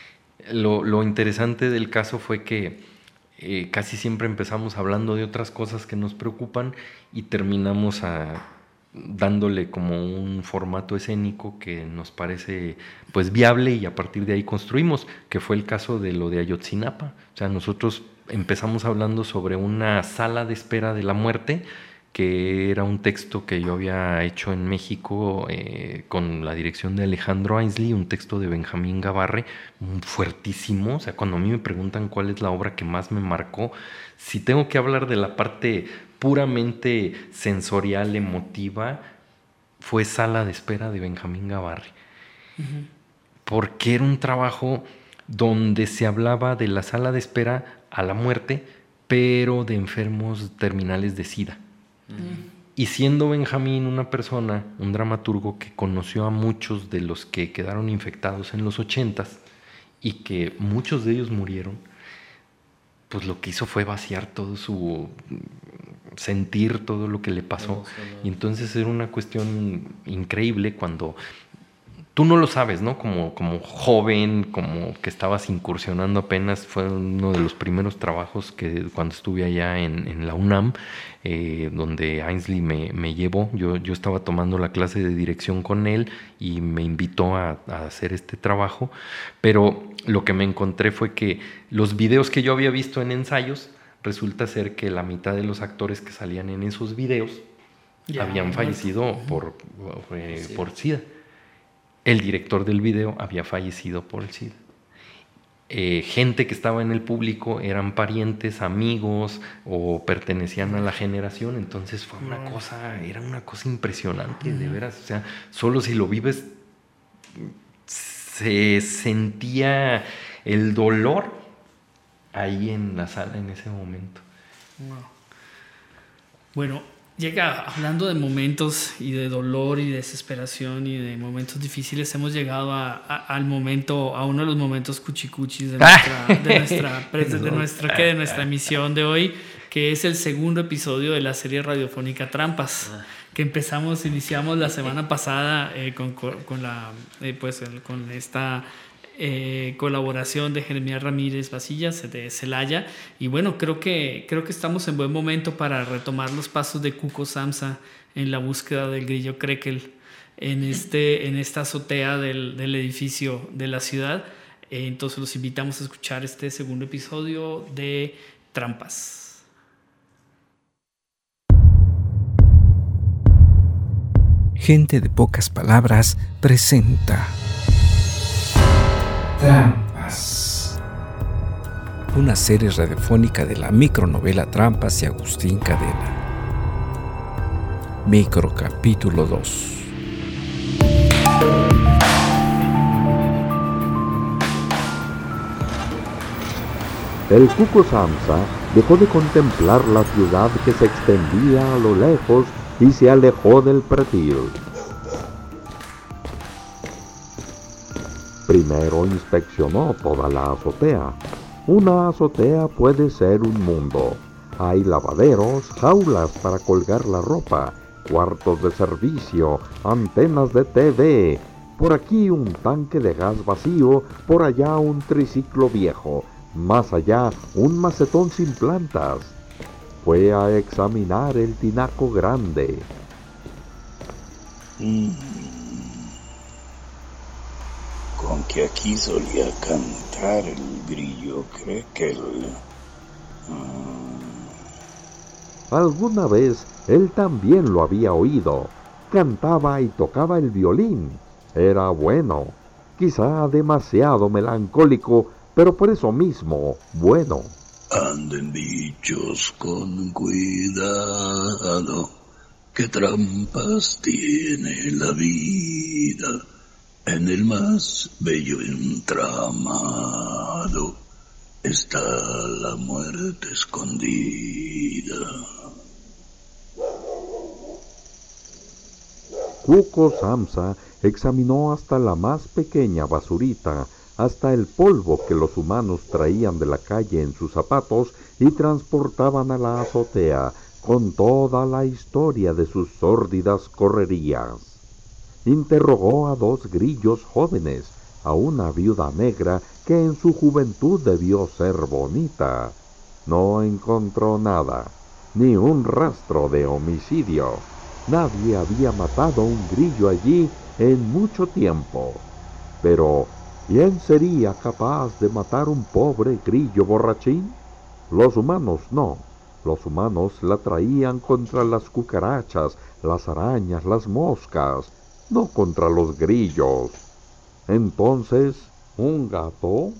lo interesante del caso fue que casi siempre empezamos hablando de otras cosas que nos preocupan y terminamos dándole como un formato escénico que nos parece pues viable, y a partir de ahí construimos, que fue el caso de lo de Ayotzinapa. O sea, nosotros empezamos hablando sobre una sala de espera de la muerte, que era un texto que yo había hecho en México con la dirección de Alejandro Ainsley, un texto de Benjamín Gabarre, fuertísimo. O sea, cuando a mí me preguntan cuál es la obra que más me marcó, si tengo que hablar de la parte puramente sensorial, emotiva, fue Sala de Espera de Benjamín Gabarre. Porque era un trabajo donde se hablaba de la sala de espera a la muerte, pero de enfermos terminales de SIDA. Y siendo Benjamín una persona, un dramaturgo que conoció a muchos de los que quedaron infectados en los 80s y que muchos de ellos murieron, pues lo que hizo fue vaciar todo su sentir, todo lo que le pasó. Y entonces era una cuestión increíble cuando tú no lo sabes, ¿no? Como joven, como que estabas incursionando apenas. Fue uno de los primeros trabajos que cuando estuve allá en la UNAM, donde Ainsley me llevó. Yo estaba tomando la clase de dirección con él y me invitó a hacer este trabajo. Pero lo que me encontré fue que los videos que yo había visto en ensayos, resulta ser que la mitad de los actores que salían en esos videos habían fallecido por SIDA. El director del video había fallecido por el SIDA. Gente que estaba en el público eran parientes, amigos o pertenecían a la generación. Entonces era una cosa impresionante, de veras. O sea, solo si lo vives se sentía el dolor ahí en la sala en ese momento. Bueno, hablando de momentos y de dolor y desesperación y de momentos difíciles, hemos llegado a uno de los momentos cuchicuchis de nuestra emisión de hoy, que es el segundo episodio de la serie radiofónica Trampas, que iniciamos la semana pasada con esta colaboración de Jeremías Ramírez Vasillas de Celaya. Y bueno, creo que estamos en buen momento para retomar los pasos de Cuco Samsa en la búsqueda del grillo Crekel en esta azotea del edificio de la ciudad. Entonces los invitamos a escuchar este segundo episodio de Trampas. Gente de pocas palabras presenta Trampas, una serie radiofónica de la micronovela Trampas y Agustín Cadena. Microcapítulo 2. el Cuco Samsa dejó de contemplar la ciudad que se extendía a lo lejos y se alejó del pretil. Primero inspeccionó toda la azotea. Una azotea puede ser un mundo. Hay lavaderos, jaulas para colgar la ropa, cuartos de servicio, antenas de TV. Por aquí un tanque de gas vacío, por allá un triciclo viejo, más allá un macetón sin plantas. Fue a examinar el tinaco grande. Con que aquí solía cantar el grillo, cree que Alguna vez él también lo había oído. Cantaba y tocaba el violín. Era bueno, quizá demasiado melancólico, pero por eso mismo bueno. Anden bichos con cuidado, que trampas tiene la vida. En el más bello entramado está la muerte escondida. Cuco Samsa examinó hasta la más pequeña basurita, hasta el polvo que los humanos traían de la calle en sus zapatos y transportaban a la azotea, con toda la historia de sus sórdidas correrías. Interrogó a 2 grillos jóvenes, a una viuda negra que en su juventud debió ser bonita. No encontró nada, ni un rastro de homicidio. Nadie había matado un grillo allí en mucho tiempo. Pero, ¿quién sería capaz de matar un pobre grillo borrachín? Los humanos no. Los humanos la traían contra las cucarachas, las arañas, las moscas, no contra los grillos. Entonces, ¿un gato?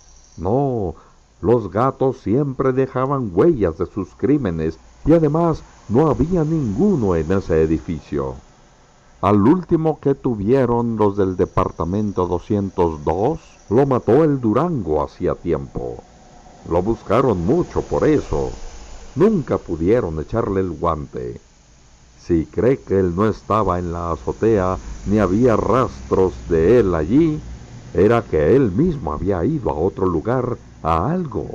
No, los gatos siempre dejaban huellas de sus crímenes y además no había ninguno en ese edificio. Al último que tuvieron los del departamento 202, lo mató el Durango hacía tiempo. Lo buscaron mucho por eso. Nunca pudieron echarle el guante. Si cree que él no estaba en la azotea, ni había rastros de él allí, era que él mismo había ido a otro lugar, a algo.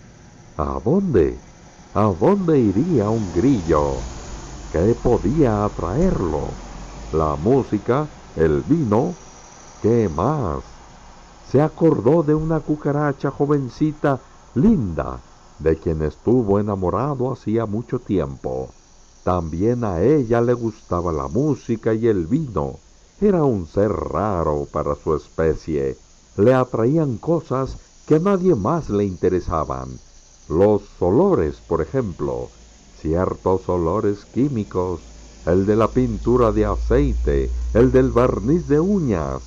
¿A dónde? ¿A dónde iría un grillo? ¿Qué podía atraerlo? ¿La música? ¿El vino? ¿Qué más? Se acordó de una cucaracha jovencita, linda, de quien estuvo enamorado hacía mucho tiempo. También a ella le gustaba la música y el vino. Era un ser raro para su especie. Le atraían cosas que a nadie más le interesaban. Los olores, por ejemplo, ciertos olores químicos, el de la pintura de aceite, el del barniz de uñas.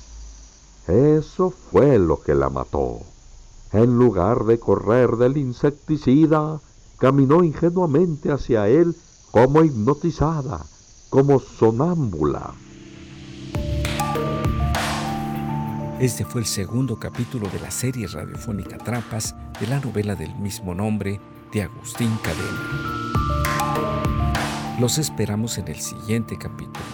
Eso fue lo que la mató. En lugar de correr del insecticida, caminó ingenuamente hacia él como hipnotizada, como sonámbula. Este fue el segundo capítulo de la serie radiofónica Trampas de la novela del mismo nombre de Agustín Cadena. Los esperamos en el siguiente capítulo.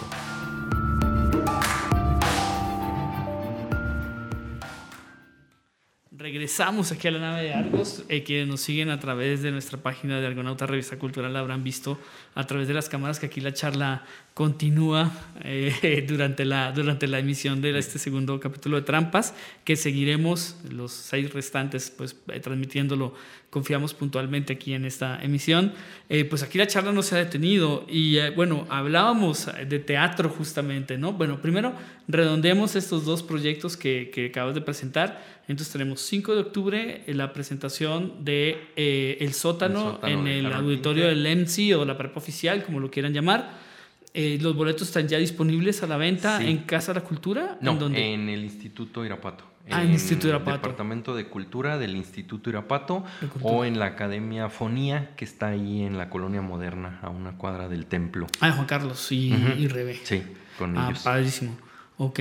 Regresamos aquí a la nave de Argos. Quienes nos siguen a través de nuestra página de Argonauta Revista Cultural habrán visto a través de las cámaras que aquí la charla continúa durante la emisión de este segundo capítulo de Trampas, que seguiremos los 6 restantes pues transmitiéndolo, confiamos puntualmente aquí en esta emisión. Pues aquí la charla no se ha detenido y bueno, hablábamos de teatro justamente, ¿no? Bueno, primero redondeemos estos 2 proyectos que acabas de presentar. Entonces tenemos 5 de octubre la presentación de El Sótano en el auditorio del EMSI o la prepa oficial, como lo quieran llamar. Los boletos están ya disponibles a la venta en Casa de la Cultura. No, ¿en dónde? En el Instituto Irapato. En el Instituto Irapato. Departamento de Cultura del Instituto Irapato o en la Academia Fonía, que está ahí en la Colonia Moderna, a una cuadra del templo. Juan Carlos y Rebe. Sí, con ellos. Padrísimo. Ok.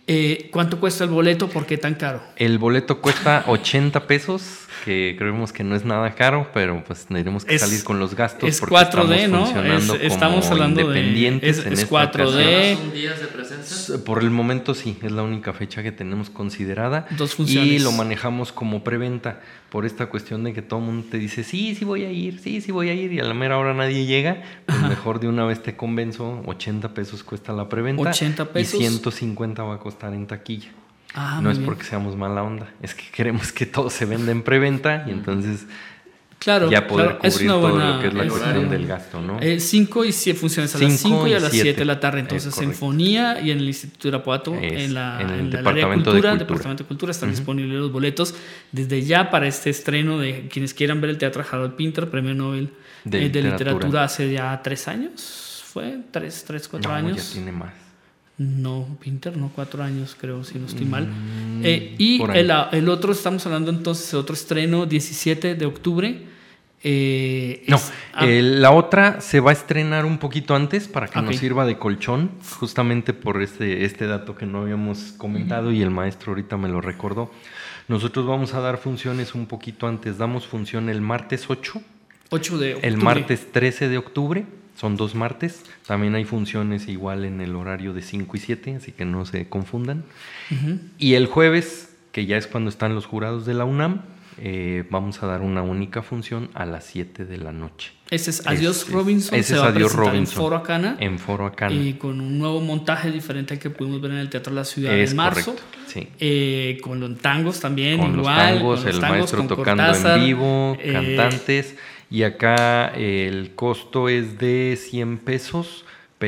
¿Cuánto cuesta el boleto? ¿Por qué tan caro? El boleto cuesta 80 pesos, que creemos que no es nada caro, pero pues tendremos que salir con los gastos. Es porque 4D, ¿no? Estamos hablando independientes de... Es 4D. ¿Son días de presencia? Por el momento sí, es la única fecha que tenemos considerada. 2 funciones. Y lo manejamos como preventa, por esta cuestión de que todo el mundo te dice, sí voy a ir, y a la mera hora nadie llega, pues mejor de una vez te convenzo, 80 pesos cuesta la preventa. 80 pesos. Y 150 va a costar en taquilla. No es porque seamos mala onda, es que queremos que todo se venda en preventa y entonces ya poder cubrir todo lo que es la cuestión del gasto, ¿no? 5 y 7 funciones a las 5 y a las 7 de la tarde. Entonces, Sinfonía y en el Instituto Irapuato, en el Departamento de Cultura, están disponibles los boletos desde ya para este estreno de quienes quieran ver el teatro Harold Pinter, Premio Nobel de literatura hace ya 3 años. ¿Fue? 4 años. Ya tiene más. No, Pinter, no, 4 años creo, si no estoy mal. Y el otro, estamos hablando entonces, el otro estreno, 17 de octubre. La otra se va a estrenar un poquito antes para que nos sirva de colchón, justamente por este dato que no habíamos comentado y el maestro ahorita me lo recordó. Nosotros vamos a dar funciones un poquito antes. Damos función el martes 8 de octubre. El martes 13 de octubre. Son 2 martes. También hay funciones igual en el horario de 5 y 7, así que no se confundan. Y el jueves, que ya es cuando están los jurados de la UNAM, vamos a dar una única función a las 7 de la noche. Ese es Adiós Robinson. Ese se va a presentar en Foro Acana. En Foro Acana. Y con un nuevo montaje diferente al que pudimos ver en el Teatro de la Ciudad en marzo. Correcto, sí. Con los tangos también, con igual. Los tangos, el maestro tocando Cortázar, en vivo, cantantes. Y acá el costo es de 100 pesos,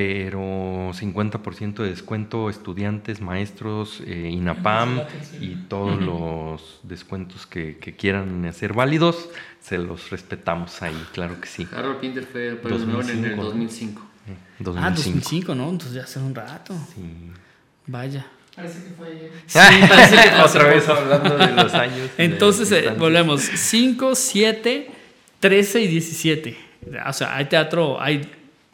pero 50% de descuento estudiantes, maestros, INAPAM y todos los descuentos que quieran hacer válidos, se los respetamos ahí, claro que sí. Harold Pinter fue el premio en el 2005. 2005, ¿no? Entonces ya hace un rato. Sí. Vaya. Parece que fue ayer. Sí, parece que fue otra vez hablando de los años. Entonces volvemos. 5, 7, 13 y 17. O sea, hay teatro, hay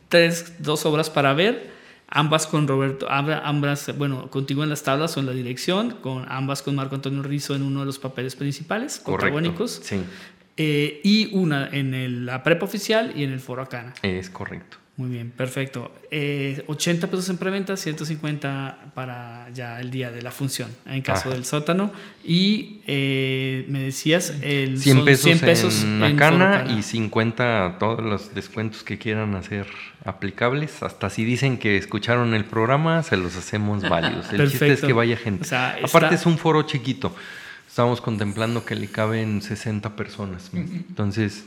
2 obras para ver, ambas con Roberto, contigo en las tablas o en la dirección, ambas con Marco Antonio Rizzo en uno de los papeles principales, protagónicos. Sí. Y una en la prepa oficial y en el Foro Acana. Es correcto. Muy bien, perfecto. 80 pesos en preventa, 150 para ya el día de la función, en caso del sótano. Y me decías, 100 pesos en Acana y 50 todos los descuentos que quieran hacer aplicables. Hasta si dicen que escucharon el programa, se los hacemos válidos. El chiste es que vaya gente. O sea, aparte es un foro chiquito. Estamos contemplando que le caben 60 personas. Entonces,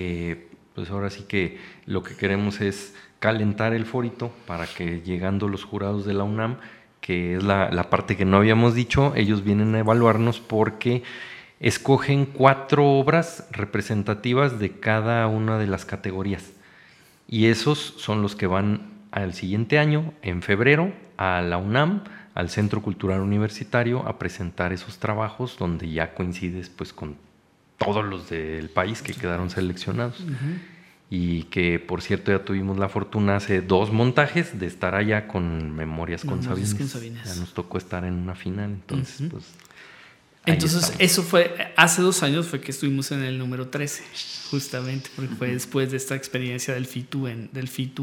pues ahora sí que lo que queremos es calentar el forito para que llegando los jurados de la UNAM, que es la parte que no habíamos dicho, ellos vienen a evaluarnos porque escogen 4 obras representativas de cada una de las categorías. Y esos son los que van al siguiente año, en febrero, a la UNAM, al Centro Cultural Universitario, a presentar esos trabajos donde ya coincides pues con todos los del país que quedaron seleccionados. Y que, por cierto, ya tuvimos la fortuna hace 2 montajes de estar allá con Memorias con Sabines. Ya nos tocó estar en una final, entonces pues... Entonces, eso fue, hace 2 años fue que estuvimos en el número 13, justamente, porque fue después de esta experiencia del FITU en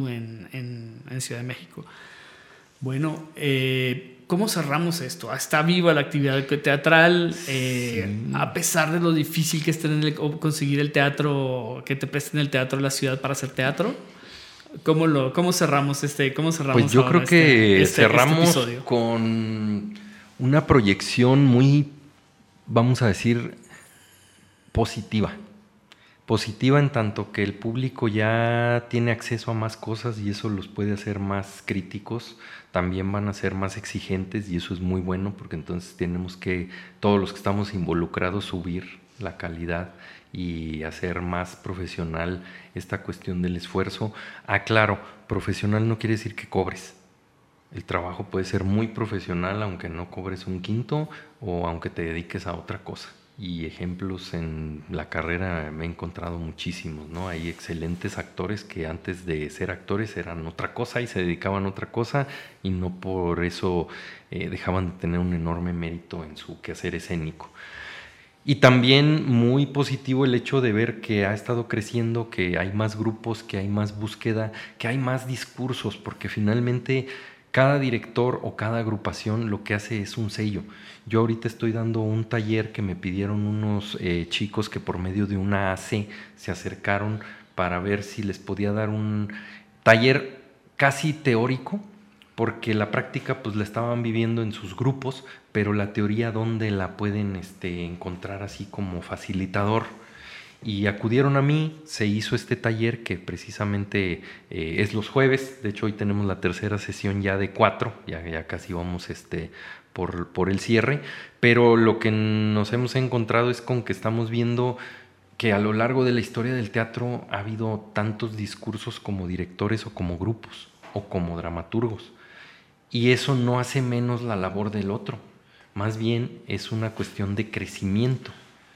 Ciudad de México. Bueno, ¿cómo cerramos esto? ¿Está viva la actividad teatral? A pesar de lo difícil que es conseguir el teatro, que te presten el teatro de la ciudad para hacer teatro. ¿Cómo cerramos Pues yo creo que cerramos con una proyección muy, vamos a decir, positiva. Positiva en tanto que el público ya tiene acceso a más cosas y eso los puede hacer más críticos. También van a ser más exigentes y eso es muy bueno porque entonces tenemos que, todos los que estamos involucrados, subir la calidad y hacer más profesional esta cuestión del esfuerzo. Claro, profesional no quiere decir que cobres. El trabajo puede ser muy profesional aunque no cobres un quinto o aunque te dediques a otra cosa. y ejemplos en la carrera me he encontrado muchísimos, ¿no? Hay excelentes actores que antes de ser actores eran otra cosa y se dedicaban a otra cosa y no por eso dejaban de tener un enorme mérito en su quehacer escénico. Y también muy positivo el hecho de ver que ha estado creciendo, que hay más grupos, que hay más búsqueda, que hay más discursos, porque finalmente cada director o cada agrupación lo que hace es un sello. Yo ahorita estoy dando un taller que me pidieron unos chicos que por medio de una AC se acercaron para ver si les podía dar un taller casi teórico, porque la práctica pues la estaban viviendo en sus grupos, pero la teoría ¿dónde la pueden encontrar así como facilitador? Y acudieron a mí, se hizo este taller que precisamente es los jueves. De hecho hoy tenemos la tercera sesión ya de 4, ya casi vamos por el cierre, pero lo que nos hemos encontrado es con que estamos viendo que a lo largo de la historia del teatro ha habido tantos discursos como directores o como grupos o como dramaturgos. Y eso no hace menos la labor del otro, más bien es una cuestión de crecimiento.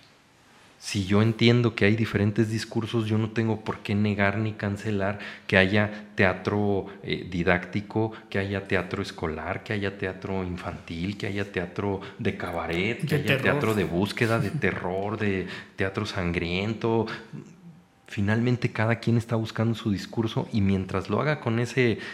Si yo entiendo que hay diferentes discursos, yo no tengo por qué negar ni cancelar que haya teatro didáctico, que haya teatro escolar, que haya teatro infantil, que haya teatro de cabaret, que haya teatro de búsqueda, de terror, de teatro sangriento. Finalmente cada quien está buscando su discurso y mientras lo haga con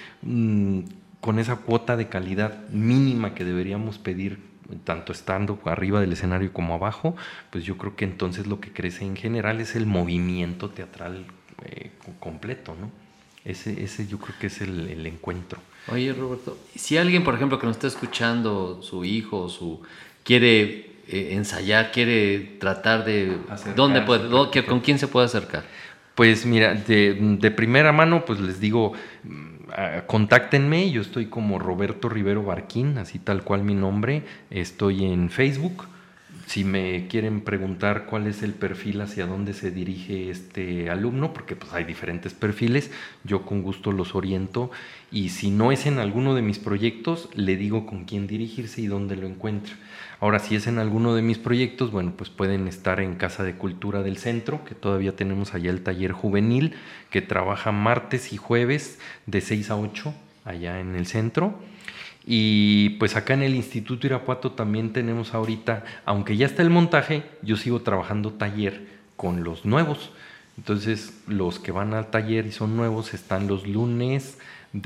esa cuota de calidad mínima que deberíamos pedir, tanto estando arriba del escenario como abajo, pues yo creo que entonces lo que crece en general es el movimiento teatral completo, ¿no? Ese yo creo que es el encuentro. Oye, Roberto, si alguien, por ejemplo, que nos está escuchando, su hijo, quiere ensayar, quiere tratar de... ¿Dónde puede, con quién se puede acercar? Pues mira, de primera mano, pues les digo... contáctenme, yo estoy como Roberto Rivero Barquín, así tal cual mi nombre, estoy en Facebook. Si me quieren preguntar cuál es el perfil, hacia dónde se dirige este alumno, porque pues hay diferentes perfiles, yo con gusto los oriento, y si no es en alguno de mis proyectos, le digo con quién dirigirse y dónde lo encuentra. Ahora, si es en alguno de mis proyectos, bueno, pues pueden estar en Casa de Cultura del Centro, que todavía tenemos allá el taller juvenil, que trabaja martes y jueves de 6 a 8, allá en el centro. Y pues acá en el Instituto Irapuato también tenemos ahorita, aunque ya está el montaje, yo sigo trabajando taller con los nuevos. Entonces, los que van al taller y son nuevos están los lunes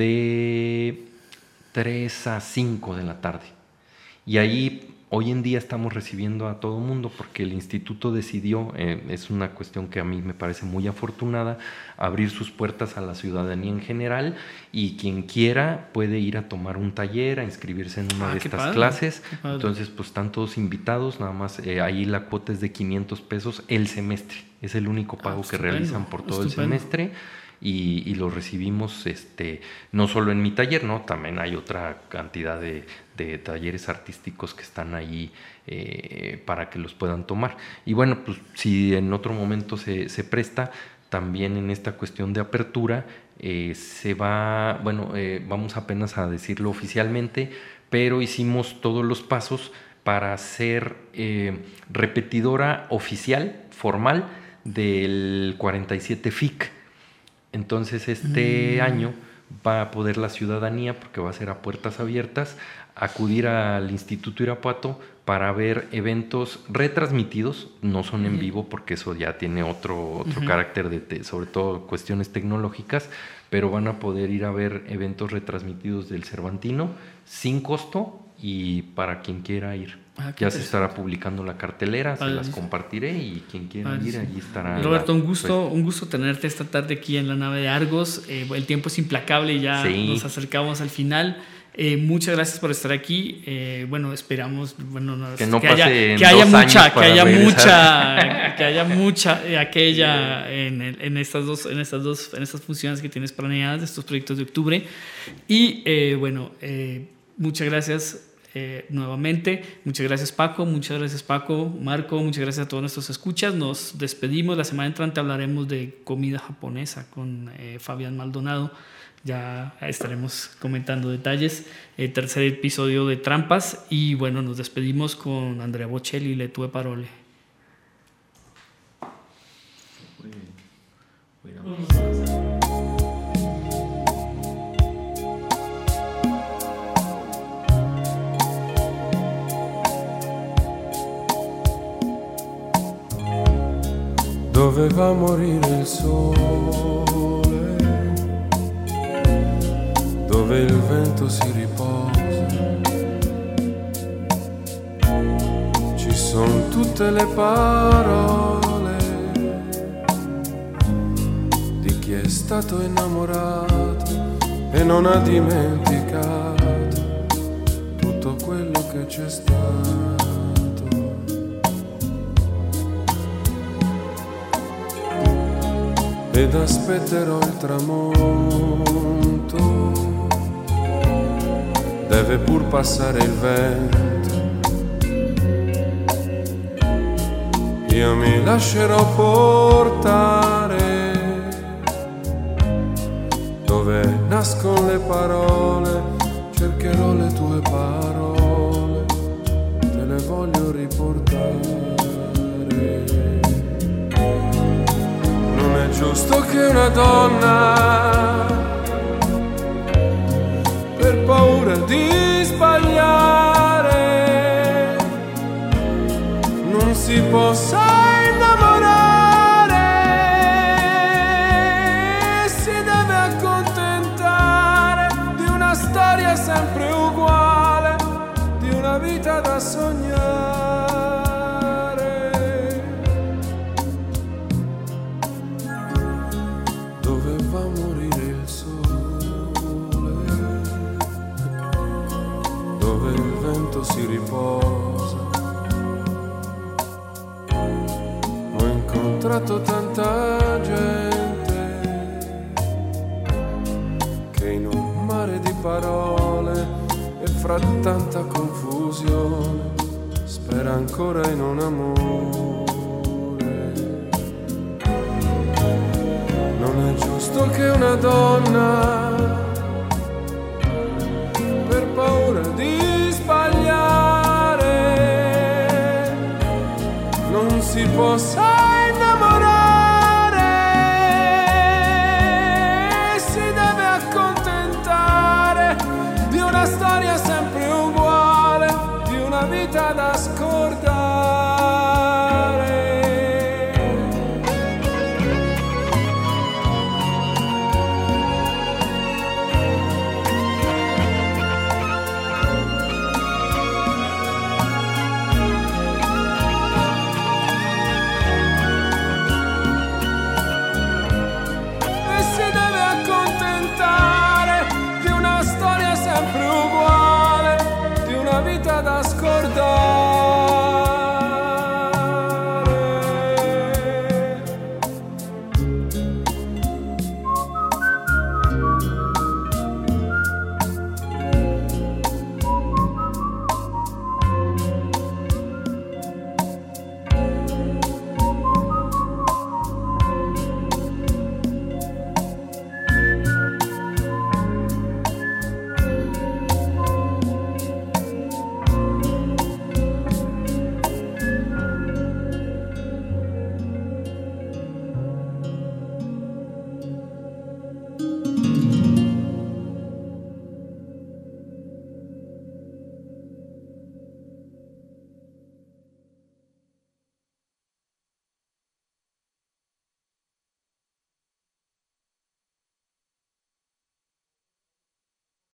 de 3 a 5 de la tarde. Y ahí hoy en día estamos recibiendo a todo mundo porque el instituto decidió, es una cuestión que a mí me parece muy afortunada, abrir sus puertas a la ciudadanía en general y quien quiera puede ir a tomar un taller, a inscribirse en una de estas clases. Entonces pues están todos invitados, nada más ahí la cuota es de 500 pesos el semestre, es el único pago que realizan por todo el semestre. Y lo recibimos no solo en mi taller, ¿no? También hay otra cantidad de talleres artísticos que están ahí para que los puedan tomar. Y bueno, pues si en otro momento se presta, también en esta cuestión de apertura vamos apenas a decirlo oficialmente, pero hicimos todos los pasos para ser repetidora oficial, formal, del 47 FIC. Entonces año va a poder la ciudadanía, porque va a ser a puertas abiertas, acudir al Instituto Irapuato para ver eventos retransmitidos, no son en vivo porque eso ya tiene otro carácter, sobre todo cuestiones tecnológicas, pero van a poder ir a ver eventos retransmitidos del Cervantino sin costo y para quien quiera ir. Ya se estará publicando la cartelera, se las compartiré y quien quiera ir, allí estará. Roberto, un gusto tenerte esta tarde aquí en la nave de Argos. El tiempo es implacable y ya nos acercamos al final. Muchas gracias por estar aquí. Esperamos que haya mucha aquella en estas funciones que tienes planeadas de estos proyectos de octubre. Y muchas gracias. Nuevamente, muchas gracias Paco, Marco, muchas gracias a todos nuestros escuchas. Nos despedimos, la semana entrante hablaremos de comida japonesa con Fabián Maldonado, ya estaremos comentando detalles. Tercer episodio de Trampas y nos despedimos con Andrea Bocelli, Le tue parole. Doveva morire il sole, dove il vento si riposa. Ci sono tutte le parole di chi è stato innamorato e non ha dimenticato tutto quello che c'è stato. Ed aspetterò il tramonto, deve pur passare il vento. Io mi lascerò portare dove nascono le parole, cercherò le tue parole, te le voglio riportare. È giusto che una donna, per paura di sbagliare, non si possa innamorare, si deve accontentare di una storia sempre uguale, di una vita da sognare. Si riposa. Ho incontrato tanta gente che in un mare di parole e fra tanta confusione spera ancora in un amore. Non è giusto che una donna, per paura di sbagliare, non si possa innamorare, si deve accontentare di una storia sempre uguale, di una vita da scordare. Da scordare.